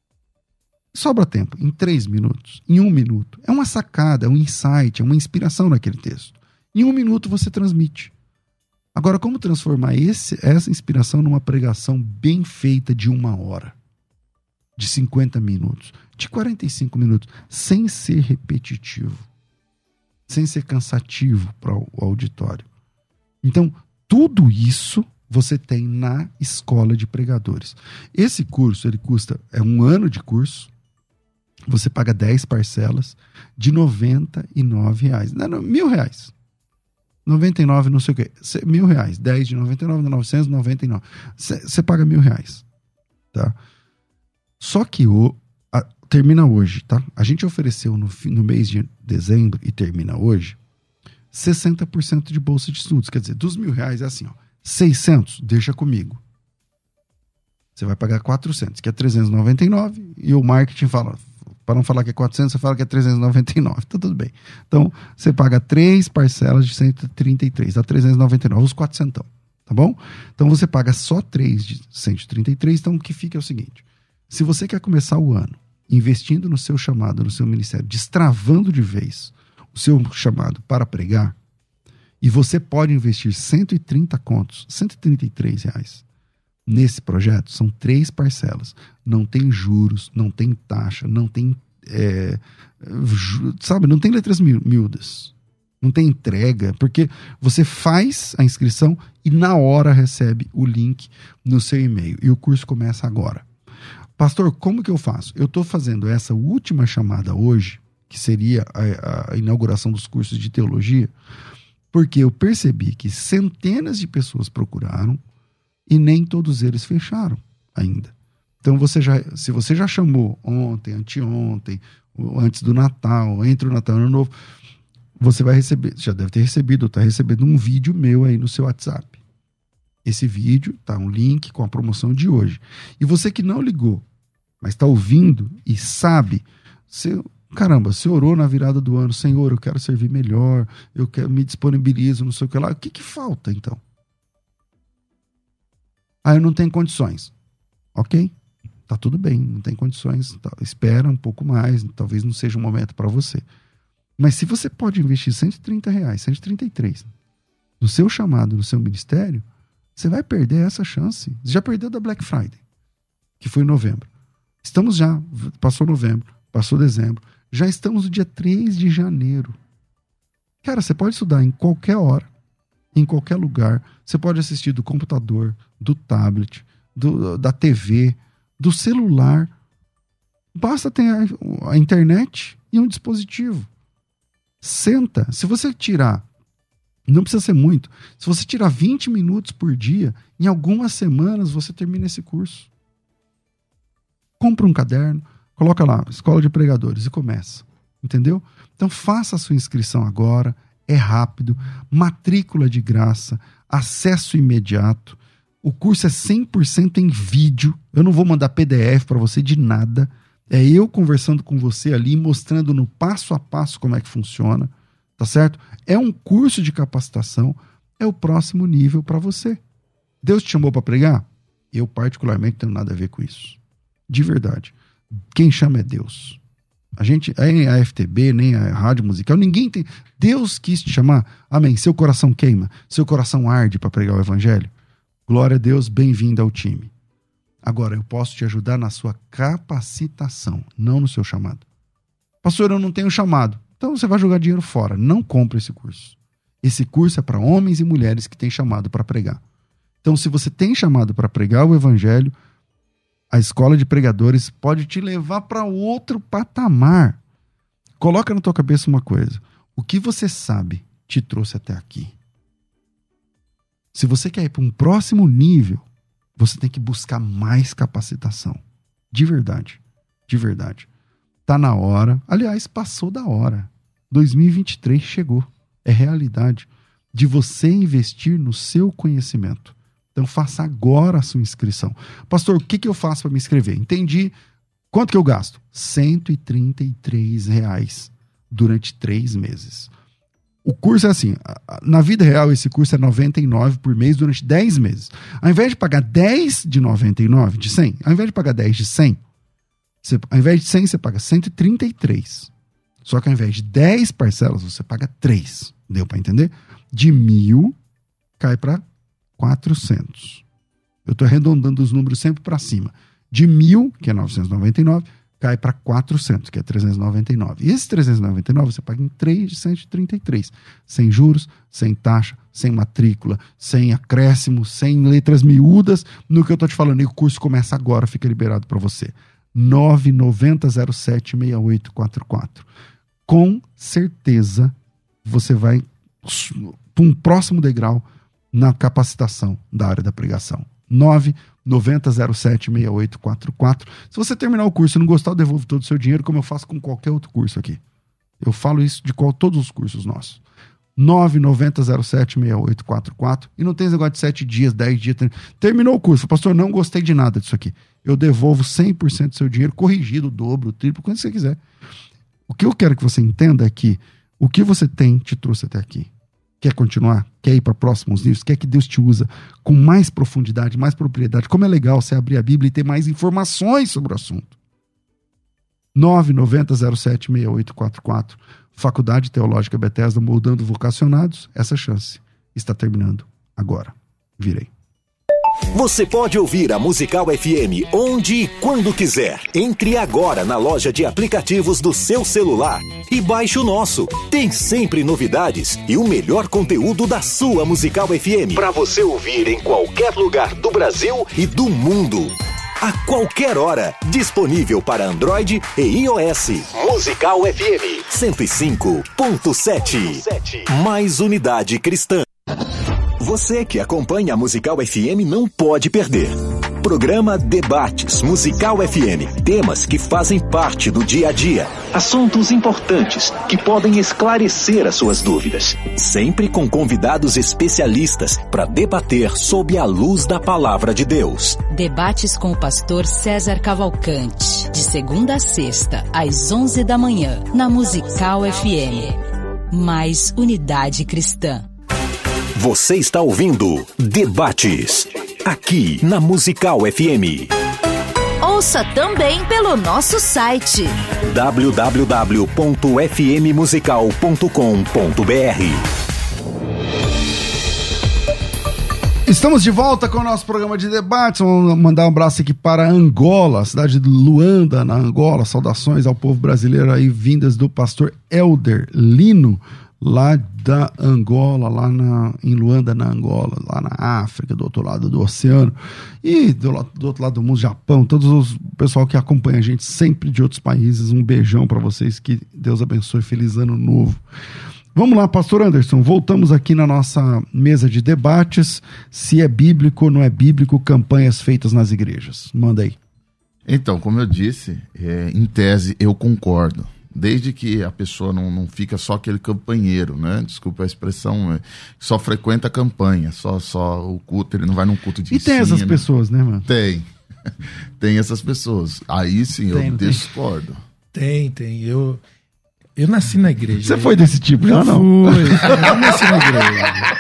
Sobra tempo, em três minutos, em um minuto. É uma sacada, é um insight, é uma inspiração naquele texto. Em um minuto você transmite. Agora, como transformar esse, essa inspiração numa pregação bem feita de uma hora? De cinquenta minutos, de quarenta e cinco minutos, sem ser repetitivo, sem ser cansativo para o auditório. Então, tudo isso você tem na Escola de Pregadores. Esse curso, ele custa, é um ano de curso, você paga dez parcelas de noventa e nove reais. Não, não, mil reais. noventa e nove, não sei o quê. Mil reais. dez de noventa e nove, novecentos e noventa e nove. Você paga mil reais. Tá? Só que o, a, termina hoje, tá? A gente ofereceu no, no mês de dezembro e termina hoje sessenta por cento de bolsa de estudos. Quer dizer, dos mil reais é assim, ó. seiscentos, deixa comigo. Você vai pagar quatrocentos, que é trezentos e noventa e nove, e o marketing fala, para não falar que é quatrocentos, você fala que é trezentos e noventa e nove. Tá tudo bem. Então, você paga três parcelas de cento e trinta e três, dá trezentos e noventa e nove, os quatrocentos. Tá bom? Então, você paga só três de cento e trinta e três. Então, o que fica é o seguinte. Se você quer começar o ano investindo no seu chamado, no seu ministério, destravando de vez o seu chamado para pregar, e você pode investir cento e trinta contos, cento e trinta e três reais nesse projeto, são três parcelas. Não tem juros, não tem taxa, não tem, é, ju, sabe, não tem letras miúdas, não tem entrega, porque você faz a inscrição e na hora recebe o link no seu e-mail. E o curso começa agora. Pastor, como que eu faço? Eu estou fazendo essa última chamada hoje, que seria a, a inauguração dos cursos de teologia, porque eu percebi que centenas de pessoas procuraram e nem todos eles fecharam ainda. Então, você já, se você já chamou ontem, anteontem, antes do Natal, entre o Natal e o Ano Novo, você vai receber, já deve ter recebido, está recebendo um vídeo meu aí no seu WhatsApp. Esse vídeo tá um link com a promoção de hoje. E você que não ligou, mas está ouvindo e sabe, você, caramba, você orou na virada do ano, Senhor, eu quero servir melhor, eu quero, me disponibilizo, não sei o que lá. O que que falta, então? Ah, eu não tenho condições. Ok, tá tudo bem, não tem condições, tá, espera um pouco mais, talvez não seja o momento para você. Mas se você pode investir cento e trinta reais, cento e trinta e três no seu chamado, no seu ministério, você vai perder essa chance. Você já perdeu da Black Friday, que foi em novembro. Estamos já, passou novembro, passou dezembro, já estamos no dia três de janeiro. Cara, você pode estudar em qualquer hora, em qualquer lugar. Você pode assistir do computador, do tablet, do, da T V, do celular. Basta ter a, a internet e um dispositivo. Senta. Se você tirar, não precisa ser muito, se você tirar vinte minutos por dia, em algumas semanas você termina esse curso. Compra um caderno, coloca lá, Escola de Pregadores, e começa. Entendeu? Então faça a sua inscrição agora, é rápido, matrícula de graça, acesso imediato. O curso é cem por cento em vídeo, eu não vou mandar P D F para você de nada. É eu conversando com você ali, mostrando no passo a passo como é que funciona, tá certo? É um curso de capacitação, é o próximo nível para você. Deus te chamou para pregar? Eu particularmente não tenho nada a ver com isso. De verdade. Quem chama é Deus. A gente, nem a F T B, nem a rádio musical, ninguém tem. Deus quis te chamar. Amém. Seu coração queima, seu coração arde para pregar o evangelho. Glória a Deus, bem-vindo ao time. Agora, eu posso te ajudar na sua capacitação, não no seu chamado. Pastor, eu não tenho chamado. Então você vai jogar dinheiro fora. Não compre esse curso. Esse curso é para homens e mulheres que têm chamado para pregar. Então, se você tem chamado para pregar o evangelho, a Escola de Pregadores pode te levar para outro patamar. Coloca na tua cabeça uma coisa. O que você sabe te trouxe até aqui. Se você quer ir para um próximo nível, você tem que buscar mais capacitação. De verdade. De verdade. Tá na hora. Aliás, passou da hora. dois mil e vinte e três chegou. É realidade. De você investir no seu conhecimento. Então faça agora a sua inscrição. Pastor, o que, que eu faço para me inscrever? Entendi. Quanto que eu gasto? cento e trinta e três reais. durante três meses. O curso é assim, na vida real esse curso é noventa e nove reais por mês durante dez meses. Ao invés de pagar dez de noventa e nove, de cem, ao invés de pagar dez de cem, você, ao invés de cem você paga cento e trinta e três. Só que ao invés de dez parcelas você paga três. Deu para entender? De mil cai para quatrocentos. Eu estou arredondando os números sempre para cima. De mil, que é novecentos e noventa e nove, cai para quatrocentos, que é trezentos e noventa e nove. E esses trezentos e noventa e nove você paga em três de cento e trinta e três. Sem juros, sem taxa, sem matrícula, sem acréscimo, sem letras miúdas. No que eu estou te falando, e o curso começa agora, fica liberado para você. nove nove zero zero sete seis oito quatro quatro. Com certeza você vai para um próximo degrau na capacitação da área da pregação. nove nove zero sete seis oito quatro quatro. Se você terminar o curso e não gostar, eu devolvo todo o seu dinheiro, como eu faço com qualquer outro curso aqui. Eu falo isso de qual, todos os cursos nossos. nove nove zero sete seis oito quatro quatro. E não tem esse negócio de sete dias, dez dias. Terminou o curso. Pastor, não gostei de nada disso aqui. Eu devolvo cem por cento do seu dinheiro, corrigido, o dobro, o triplo, quando você quiser. O que eu quero que você entenda é que o que você tem te trouxe até aqui. Quer continuar? Quer ir para próximos níveis? Quer que Deus te usa com mais profundidade, mais propriedade? Como é legal você abrir a Bíblia e ter mais informações sobre o assunto. nove nove zero sete seis oito quatro quatro. Faculdade Teológica Bethesda, moldando vocacionados. Essa chance está terminando agora. Virei. Você pode ouvir a Musical F M onde e quando quiser. Entre agora na loja de aplicativos do seu celular e baixe o nosso. Tem sempre novidades e o melhor conteúdo da sua Musical F M para você ouvir em qualquer lugar do Brasil e do mundo. A qualquer hora, disponível para Android e iOS. Musical F M cento e cinco ponto sete. Mais unidade cristã. Você que acompanha a Musical F M não pode perder. Programa Debates Musical F M. Temas que fazem parte do dia a dia. Assuntos importantes que podem esclarecer as suas dúvidas. Sempre com convidados especialistas para debater sob a luz da palavra de Deus. Debates com o pastor César Cavalcante. De segunda a sexta, às onze da manhã, na Musical F M. Mais unidade cristã. Você está ouvindo Debates, aqui na Musical F M. Ouça também pelo nosso site w w w ponto f m musical ponto com ponto b r. Estamos de volta com o nosso programa de debates. Vamos mandar um abraço aqui para Angola, cidade de Luanda, na Angola. Saudações ao povo brasileiro aí, vindas do pastor Elder Lino, lá da Angola, lá na, em Luanda, na Angola, lá na África, do outro lado do oceano, e do, do outro lado do mundo, Japão, todos os pessoal que acompanha a gente sempre de outros países, um beijão para vocês, que Deus abençoe, feliz ano novo. Vamos lá, pastor Anderson, voltamos aqui na nossa mesa de debates, se é bíblico ou não é bíblico, campanhas feitas nas igrejas. Manda aí. Então, como eu disse, é, em tese eu concordo. Desde que a pessoa não, não fica só aquele campanheiro, né? Desculpa a expressão, é, só frequenta a campanha, só, só o culto, ele não vai num culto de E ensino. tem essas pessoas, né, mano? Tem. Tem essas pessoas. Aí sim, Tem, eu não tem? discordo. Tem, tem. Eu, eu nasci na igreja. Você foi desse tipo já, Eu não? fui. Eu nasci na igreja.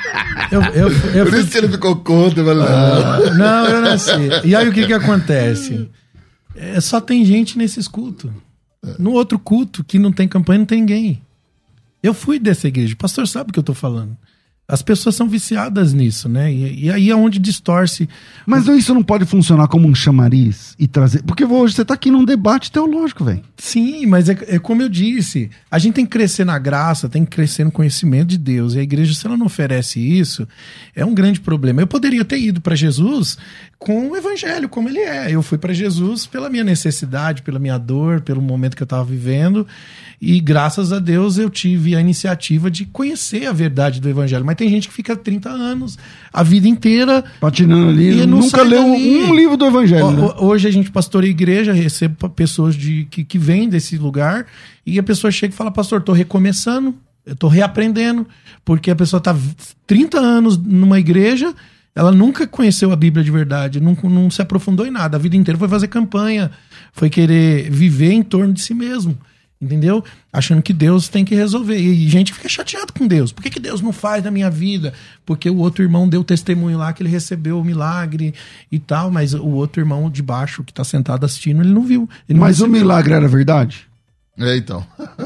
Eu, eu, eu Por fui- isso que ele ficou contra, mas Ah, não, eu nasci. E aí o que que acontece? É, só tem gente nesses cultos. No outro culto que não tem campanha, não tem ninguém. Eu fui dessa igreja. O pastor sabe o que eu tô falando. As pessoas são viciadas nisso, né? E, e aí é onde distorce. Mas isso não pode funcionar como um chamariz e trazer... Porque hoje você tá aqui num debate teológico, velho. Sim, mas é, é como eu disse, a gente tem que crescer na graça, tem que crescer no conhecimento de Deus. E a igreja, se ela não oferece isso, é um grande problema. Eu poderia ter ido para Jesus com o evangelho, como ele é. Eu fui para Jesus pela minha necessidade, pela minha dor, pelo momento que eu estava vivendo. E graças a Deus eu tive a iniciativa de conhecer a verdade do evangelho. Mas tem gente que fica trinta anos, a vida inteira... Patinando ali, E não nunca sai leu dali. um livro do evangelho, Ho- né? ho- Hoje a gente pastoreia igreja, recebo pessoas de, que, que vêm desse lugar e a pessoa chega e fala, pastor, tô recomeçando, eu tô reaprendendo, porque a pessoa tá trinta anos numa igreja, ela nunca conheceu a Bíblia de verdade, não, não se aprofundou em nada, a vida inteira foi fazer campanha, foi querer viver em torno de si mesmo. Entendeu? Achando que Deus tem que resolver. E gente fica chateado com Deus. Por que, que Deus não faz na minha vida? Porque o outro irmão deu testemunho lá que ele recebeu o milagre e tal, mas o outro irmão de baixo que tá sentado assistindo, ele não viu. Ele não mas recebeu. O milagre era verdade? É, então.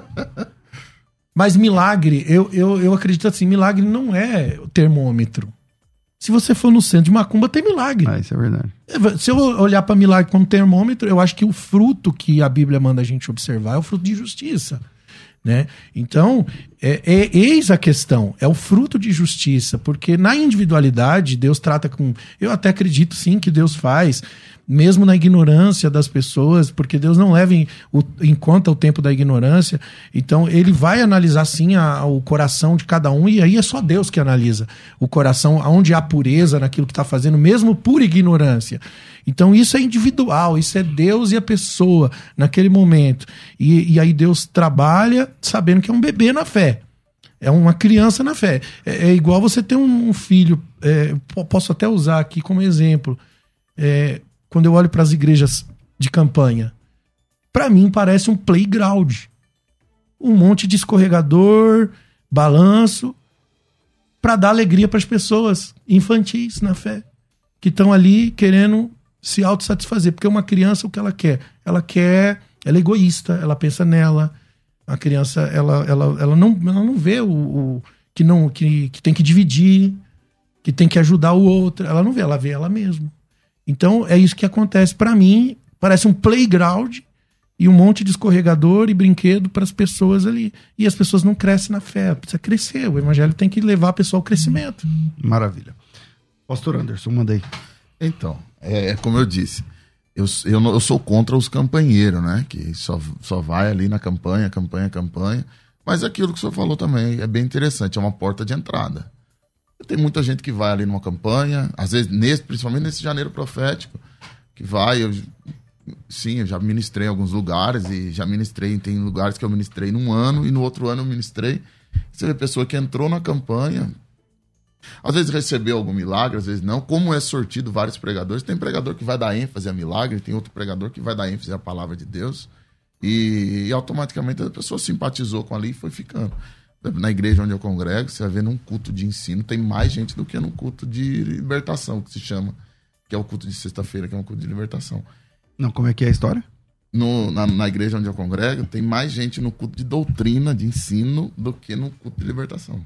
Mas milagre, eu, eu, eu acredito assim, milagre não é o termômetro. Se você for no centro de macumba, tem milagre. Ah, isso é verdade. Se eu olhar para milagre como termômetro, eu acho que o fruto que a Bíblia manda a gente observar é o fruto de justiça. Né? Então, é, é, eis a questão, é o fruto de justiça, porque na individualidade Deus trata com... Eu até acredito sim que Deus faz, mesmo na ignorância das pessoas, porque Deus não leva em, o, em conta o tempo da ignorância, então ele vai analisar sim a, o coração de cada um, e aí é só Deus que analisa o coração, onde há pureza naquilo que está fazendo, mesmo por ignorância. Então isso é individual, isso é Deus e a pessoa naquele momento. E, e aí Deus trabalha sabendo que é um bebê na fé. É uma criança na fé. É, é igual você ter um, um filho, é, posso até usar aqui como exemplo, é, quando eu olho para as igrejas de campanha, para mim parece um playground. Um monte de escorregador, balanço, para dar alegria para as pessoas infantis na fé, que estão ali querendo se autossatisfazer. Porque uma criança, o que ela quer? Ela quer, ela é egoísta, ela pensa nela. A criança, ela, ela, ela, não, ela não vê o, o que, não, que, que tem que dividir, que tem que ajudar o outro. Ela não vê, ela vê ela mesma. Então, é isso que acontece. Para mim, parece um playground e um monte de escorregador e brinquedo para as pessoas ali. E as pessoas não crescem na fé. Precisa crescer. O evangelho tem que levar a pessoa ao crescimento. Maravilha. Pastor Anderson, manda aí. Então, é, é como eu disse, eu, eu, eu sou contra os campanheiros, né? Que só, só vai ali na campanha, campanha, campanha. Mas aquilo que o senhor falou também é bem interessante, é uma porta de entrada. Tem muita gente que vai ali numa campanha, às vezes, nesse, principalmente nesse janeiro profético, que vai, eu, sim, eu já ministrei em alguns lugares, e já ministrei, tem lugares que eu ministrei num ano, e no outro ano eu ministrei. Você vê pessoa que entrou na campanha, às vezes recebeu algum milagre, às vezes não. Como é sortido vários pregadores, tem pregador que vai dar ênfase a milagre, tem outro pregador que vai dar ênfase à palavra de Deus, e, e automaticamente a pessoa simpatizou com ali e foi ficando. Na igreja onde eu congrego, você vai ver num culto de ensino, tem mais gente do que num culto de libertação, que se chama, que é o culto de sexta-feira, que é um culto de libertação. Não, como é que é a história? No, na, na igreja onde eu congrego, tem mais gente no culto de doutrina, de ensino, do que no culto de libertação.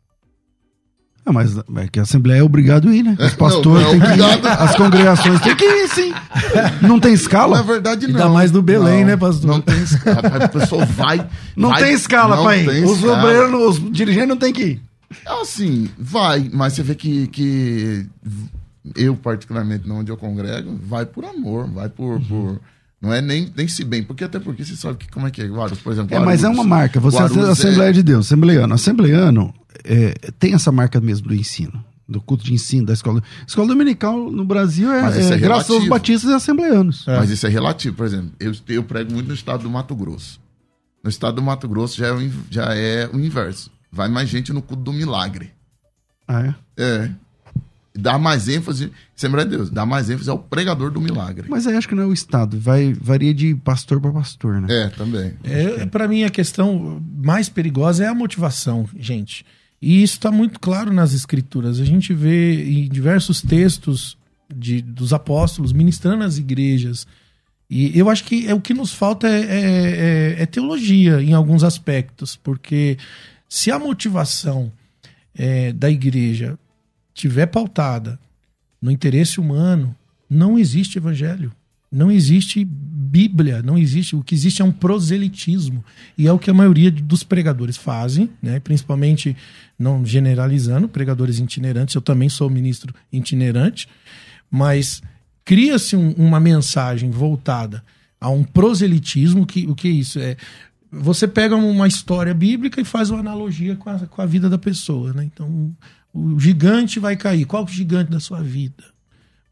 Ah, mas é que a Assembleia é obrigado a ir, né? Os pastores não, não é têm que ir, obrigado. as congregações têm que ir, sim. Não tem escala? Na verdade, não. Ainda mais do Belém, não, né, pastor? Não tem escala. A pessoa vai... Não vai, tem escala, não pai. tem Os escala. obreiros, os dirigentes não tem que ir. Assim, vai, mas você vê que, que eu, particularmente, onde eu congrego, vai por amor, vai por... Uhum. por não é nem, nem se bem, porque até porque você sabe que, como é que é, Guarulhos, por exemplo... É, mas é uma marca, você é Assembleia é... de Deus, Assembleiano. Assembleiano é, tem essa marca mesmo do ensino. Do culto de ensino da escola. Escola dominical no Brasil é, Mas isso é é graças aos batistas e assembleanos. É. Mas isso é relativo. Por exemplo, eu, eu prego muito no estado do Mato Grosso. No estado do Mato Grosso já é o, já é o inverso. Vai mais gente no culto do milagre. Ah, é? É. Dá mais ênfase, Assembleia de Deus, dá mais ênfase ao pregador do milagre. Mas aí acho que não é o estado. Vai, varia de pastor para pastor, né? É, também. É, para mim, a questão mais perigosa é a motivação, gente. E isso está muito claro nas escrituras. A gente vê em diversos textos de, dos apóstolos ministrando nas igrejas. E eu acho que é, o que nos falta é, é, é teologia em alguns aspectos. Porque se a motivação é, da igreja estiver pautada no interesse humano, não existe evangelho. Não existe Bíblia, não existe. O que existe é um proselitismo. E é o que a maioria dos pregadores fazem, né? Principalmente, não generalizando, pregadores itinerantes. Eu também sou ministro itinerante. Mas cria-se um, uma mensagem voltada a um proselitismo. Que, o que é isso? É, você pega uma história bíblica e faz uma analogia com a, com a vida da pessoa, né? Então, o gigante vai cair. Qual é o gigante da sua vida?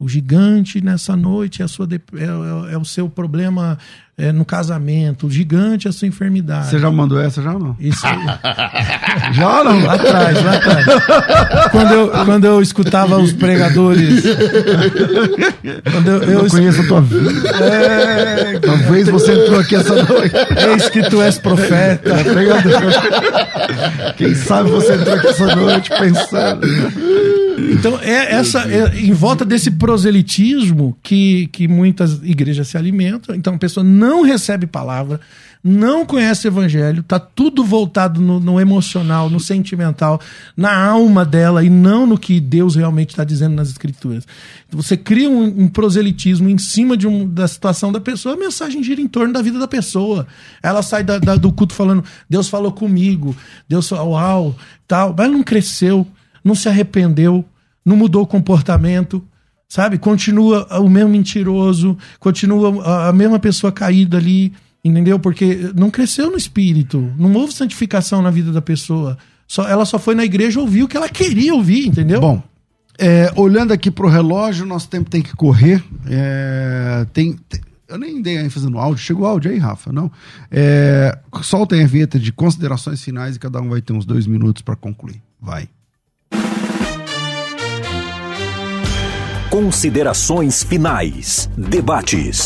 O gigante nessa noite é, a sua, é, é o seu problema é, no casamento. O gigante é a sua enfermidade. Você já mandou essa já ou não? Isso. Já ou não? Lá atrás, lá atrás. Quando eu, quando eu escutava os pregadores... Quando eu, eu não conheço a tua vida. É, Talvez você entrou aqui essa noite. Eis que tu és profeta. É, pregador. Quem sabe você entrou aqui essa noite pensando... Então, é essa é, em volta desse proselitismo que, que muitas igrejas se alimentam. Então, a pessoa não recebe palavra, não conhece o evangelho, tá tudo voltado no, no emocional, no sentimental, na alma dela e não no que Deus realmente está dizendo nas escrituras. Então, você cria um, um proselitismo em cima de um, da situação da pessoa, a mensagem gira em torno da vida da pessoa. Ela sai da, da, do culto falando, Deus falou comigo, Deus falou, uau, tal, mas não cresceu, não se arrependeu, não mudou o comportamento, sabe? Continua o mesmo mentiroso, continua a mesma pessoa caída ali, entendeu? Porque não cresceu no espírito, não houve santificação na vida da pessoa. Só, ela só foi na igreja ouvir o que ela queria ouvir, entendeu? Bom, é, olhando aqui pro relógio, nosso tempo tem que correr. É, tem, tem, eu nem dei ênfase no áudio. Chegou o áudio aí, Rafa? Não? É, soltem a vinheta de considerações finais e cada um vai ter uns dois minutos para concluir. Vai. Considerações finais. Debates.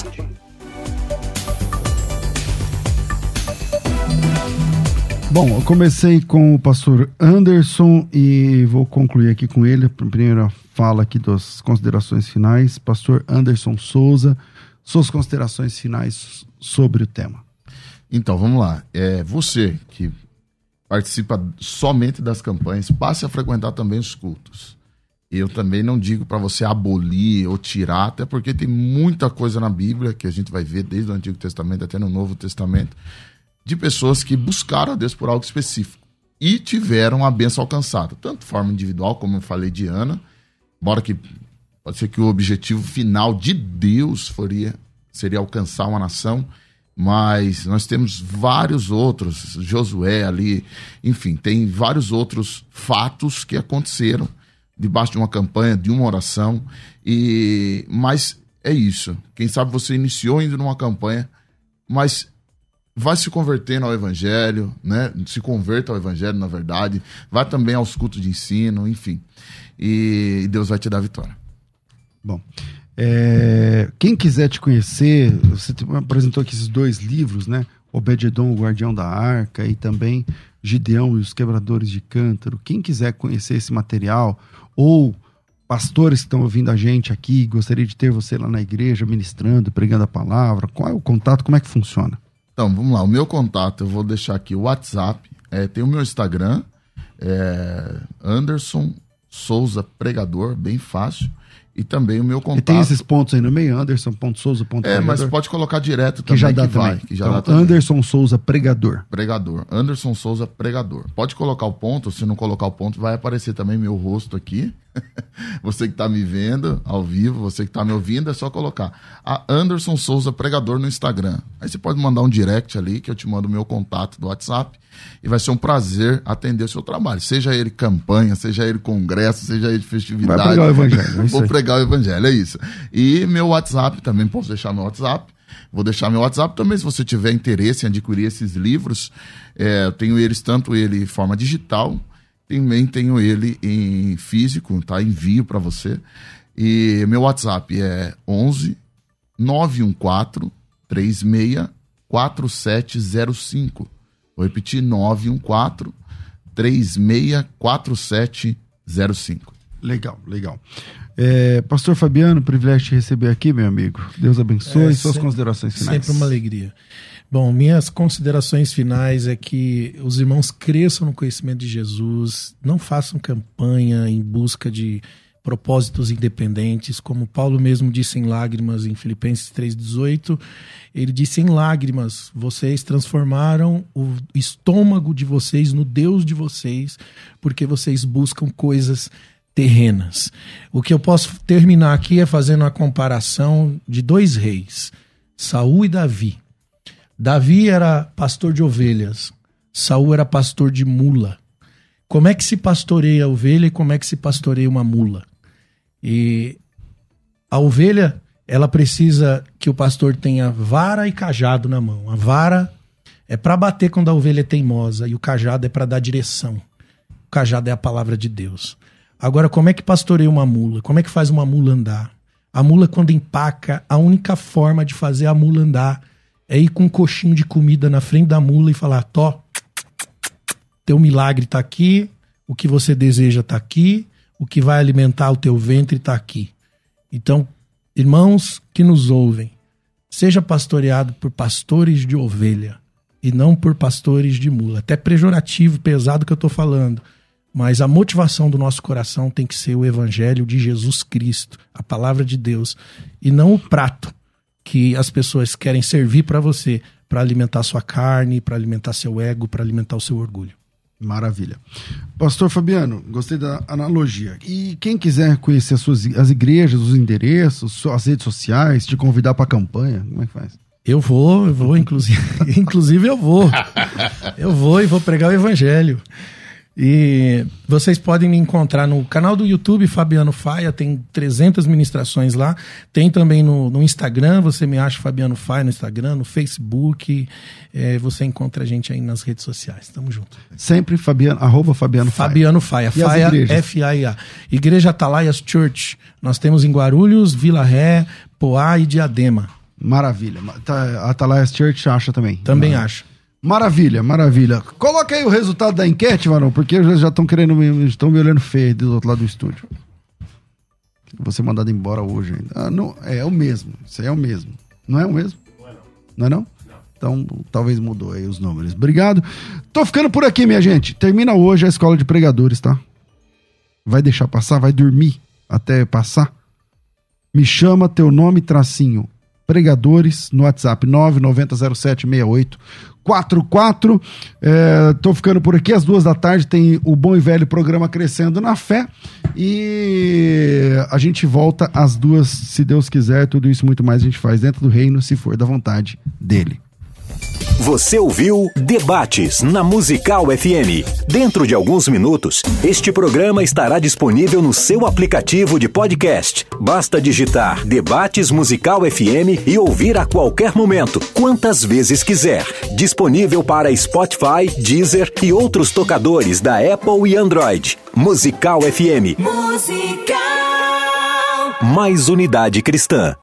Bom, eu comecei com o pastor Anderson e vou concluir aqui com ele. A primeira fala aqui das considerações finais. Pastor Anderson Souza, suas considerações finais sobre o tema. Então, vamos lá. É, você que participa somente das campanhas, passe a frequentar também os cultos. Eu também não digo para você abolir ou tirar, até porque tem muita coisa na Bíblia que a gente vai ver desde o Antigo Testamento até no Novo Testamento, de pessoas que buscaram a Deus por algo específico e tiveram a bênção alcançada, tanto de forma individual, como eu falei de Ana, embora que pode ser que o objetivo final de Deus foria, seria alcançar uma nação, mas nós temos vários outros, Josué ali, enfim, tem vários outros fatos que aconteceram debaixo de uma campanha, de uma oração, e mas é isso. Quem sabe você iniciou indo numa campanha, mas vai se convertendo ao evangelho, né? Se converta ao evangelho, na verdade, vai também aos cultos de ensino, enfim, e Deus vai te dar a vitória. Bom, é, quem quiser te conhecer, você apresentou aqui esses dois livros, né? Obed-edom, o Guardião da Arca, e também Gideão e os Quebradores de Cântaro. Quem quiser conhecer esse material, ou pastores que estão ouvindo a gente aqui, gostaria de ter você lá na igreja, ministrando, pregando a palavra, qual é o contato, como é que funciona? Então, vamos lá, o meu contato, eu vou deixar aqui o WhatsApp, é, tem o meu Instagram, é, Anderson Souza Pregador, bem fácil, e também o meu contato... E tem esses pontos aí no meio, anderson ponto souza ponto pregador. É, mas pode colocar direto também, que já dá que também. Vai, que já então, dá também. Anderson Souza Pregador. Pregador. Anderson Souza Pregador. Pode colocar o ponto, se não colocar o ponto, vai aparecer também meu rosto aqui. Você que está me vendo ao vivo, você que está me ouvindo, é só colocar a Anderson Souza Pregador no Instagram. Aí você pode mandar um direct ali, que eu te mando o meu contato do WhatsApp, e vai ser um prazer atender o seu trabalho. Seja ele campanha, seja ele congresso, seja ele festividade. Vai pregar o evangelho. É Vou pregar o evangelho, é isso. E meu WhatsApp, também posso deixar meu WhatsApp. Vou deixar meu WhatsApp também, se você tiver interesse em adquirir esses livros. É, eu tenho eles, tanto ele em forma digital, também tenho ele em físico, tá? Envio para você. E meu WhatsApp é onze nove um quatro três seis quatro sete zero cinco. Vou repetir, nove um quatro três seis quatro sete zero cinco. Legal, legal. É, Pastor Fabiano, privilégio de te receber aqui, meu amigo. Deus abençoe. É, suas sempre, considerações finais. Sempre uma alegria. Bom, minhas considerações finais é que os irmãos cresçam no conhecimento de Jesus, não façam campanha em busca de propósitos independentes, como Paulo mesmo disse em lágrimas em Filipenses três dezoito, ele disse em lágrimas, vocês transformaram o estômago de vocês no Deus de vocês, porque vocês buscam coisas terrenas. O que eu posso terminar aqui é fazendo uma comparação de dois reis, Saul e Davi. Davi era pastor de ovelhas, Saul era pastor de mula. Como é que se pastoreia a ovelha e como é que se pastoreia uma mula? E A ovelha, ela precisa que o pastor tenha vara e cajado na mão. A vara é para bater quando a ovelha é teimosa e o cajado é para dar direção. O cajado é a palavra de Deus. Agora, como é que pastoreia uma mula? Como é que faz uma mula andar? A mula, quando empaca, a única forma de fazer a mula andar é ir com um coxinho de comida na frente da mula e falar: Tó, teu milagre tá aqui, o que você deseja tá aqui, o que vai alimentar o teu ventre tá aqui. Então, irmãos que nos ouvem, seja pastoreado por pastores de ovelha e não por pastores de mula. Até pejorativo, pesado que eu tô falando. Mas a motivação do nosso coração tem que ser o evangelho de Jesus Cristo, a palavra de Deus, e não o prato que as pessoas querem servir para você, para alimentar sua carne, para alimentar seu ego, para alimentar o seu orgulho. Maravilha. Pastor Fabiano, gostei da analogia. E quem quiser conhecer as, suas, as igrejas, os endereços, as redes sociais, te convidar para a campanha, como é que faz? Eu vou, eu vou, inclusive, inclusive eu vou. Eu vou e vou pregar o evangelho. E vocês podem me encontrar no canal do YouTube Fabiano Faia, tem trezentas ministrações lá. Tem também no, no Instagram, você me acha Fabiano Faia no Instagram, no Facebook. É, você encontra a gente aí nas redes sociais. Tamo junto. Sempre Fabiano, arroba Fabiano Faia. Fabiano Faia, e Faia F A I A. Igreja Atalaias Church. Nós temos em Guarulhos, Vila Ré, Poá e Diadema. Maravilha. Tá, Atalaias Church acha também? Também Maravilha. acha. Maravilha, maravilha. Coloca aí o resultado da enquete, Varão, porque já estão querendo me, estão me olhando feio do outro lado do estúdio. Vou ser mandado embora hoje ainda. Ah, não, é, é o mesmo. Isso aí é o mesmo. Não é o mesmo? Não é não. Não é não? Então, talvez mudou aí os números. Obrigado. Tô ficando por aqui, minha gente. Termina hoje a escola de pregadores, tá? Vai deixar passar? Vai dormir até passar? Me chama teu nome, tracinho, pregadores, no WhatsApp nove nove zero zero sete seis oito quatro quatro. É, tô ficando por aqui. Às duas da tarde tem o bom e velho programa Crescendo na Fé. E a gente volta às duas, se Deus quiser. Tudo isso muito mais a gente faz dentro do reino, se for da vontade dele. Você ouviu Debates na Musical F M. Dentro de alguns minutos, este programa estará disponível no seu aplicativo de podcast. Basta digitar Debates Musical F M e ouvir a qualquer momento, quantas vezes quiser. Disponível para Spotify, Deezer e outros tocadores da Apple e Android. Musical F M. Musical. Mais unidade cristã.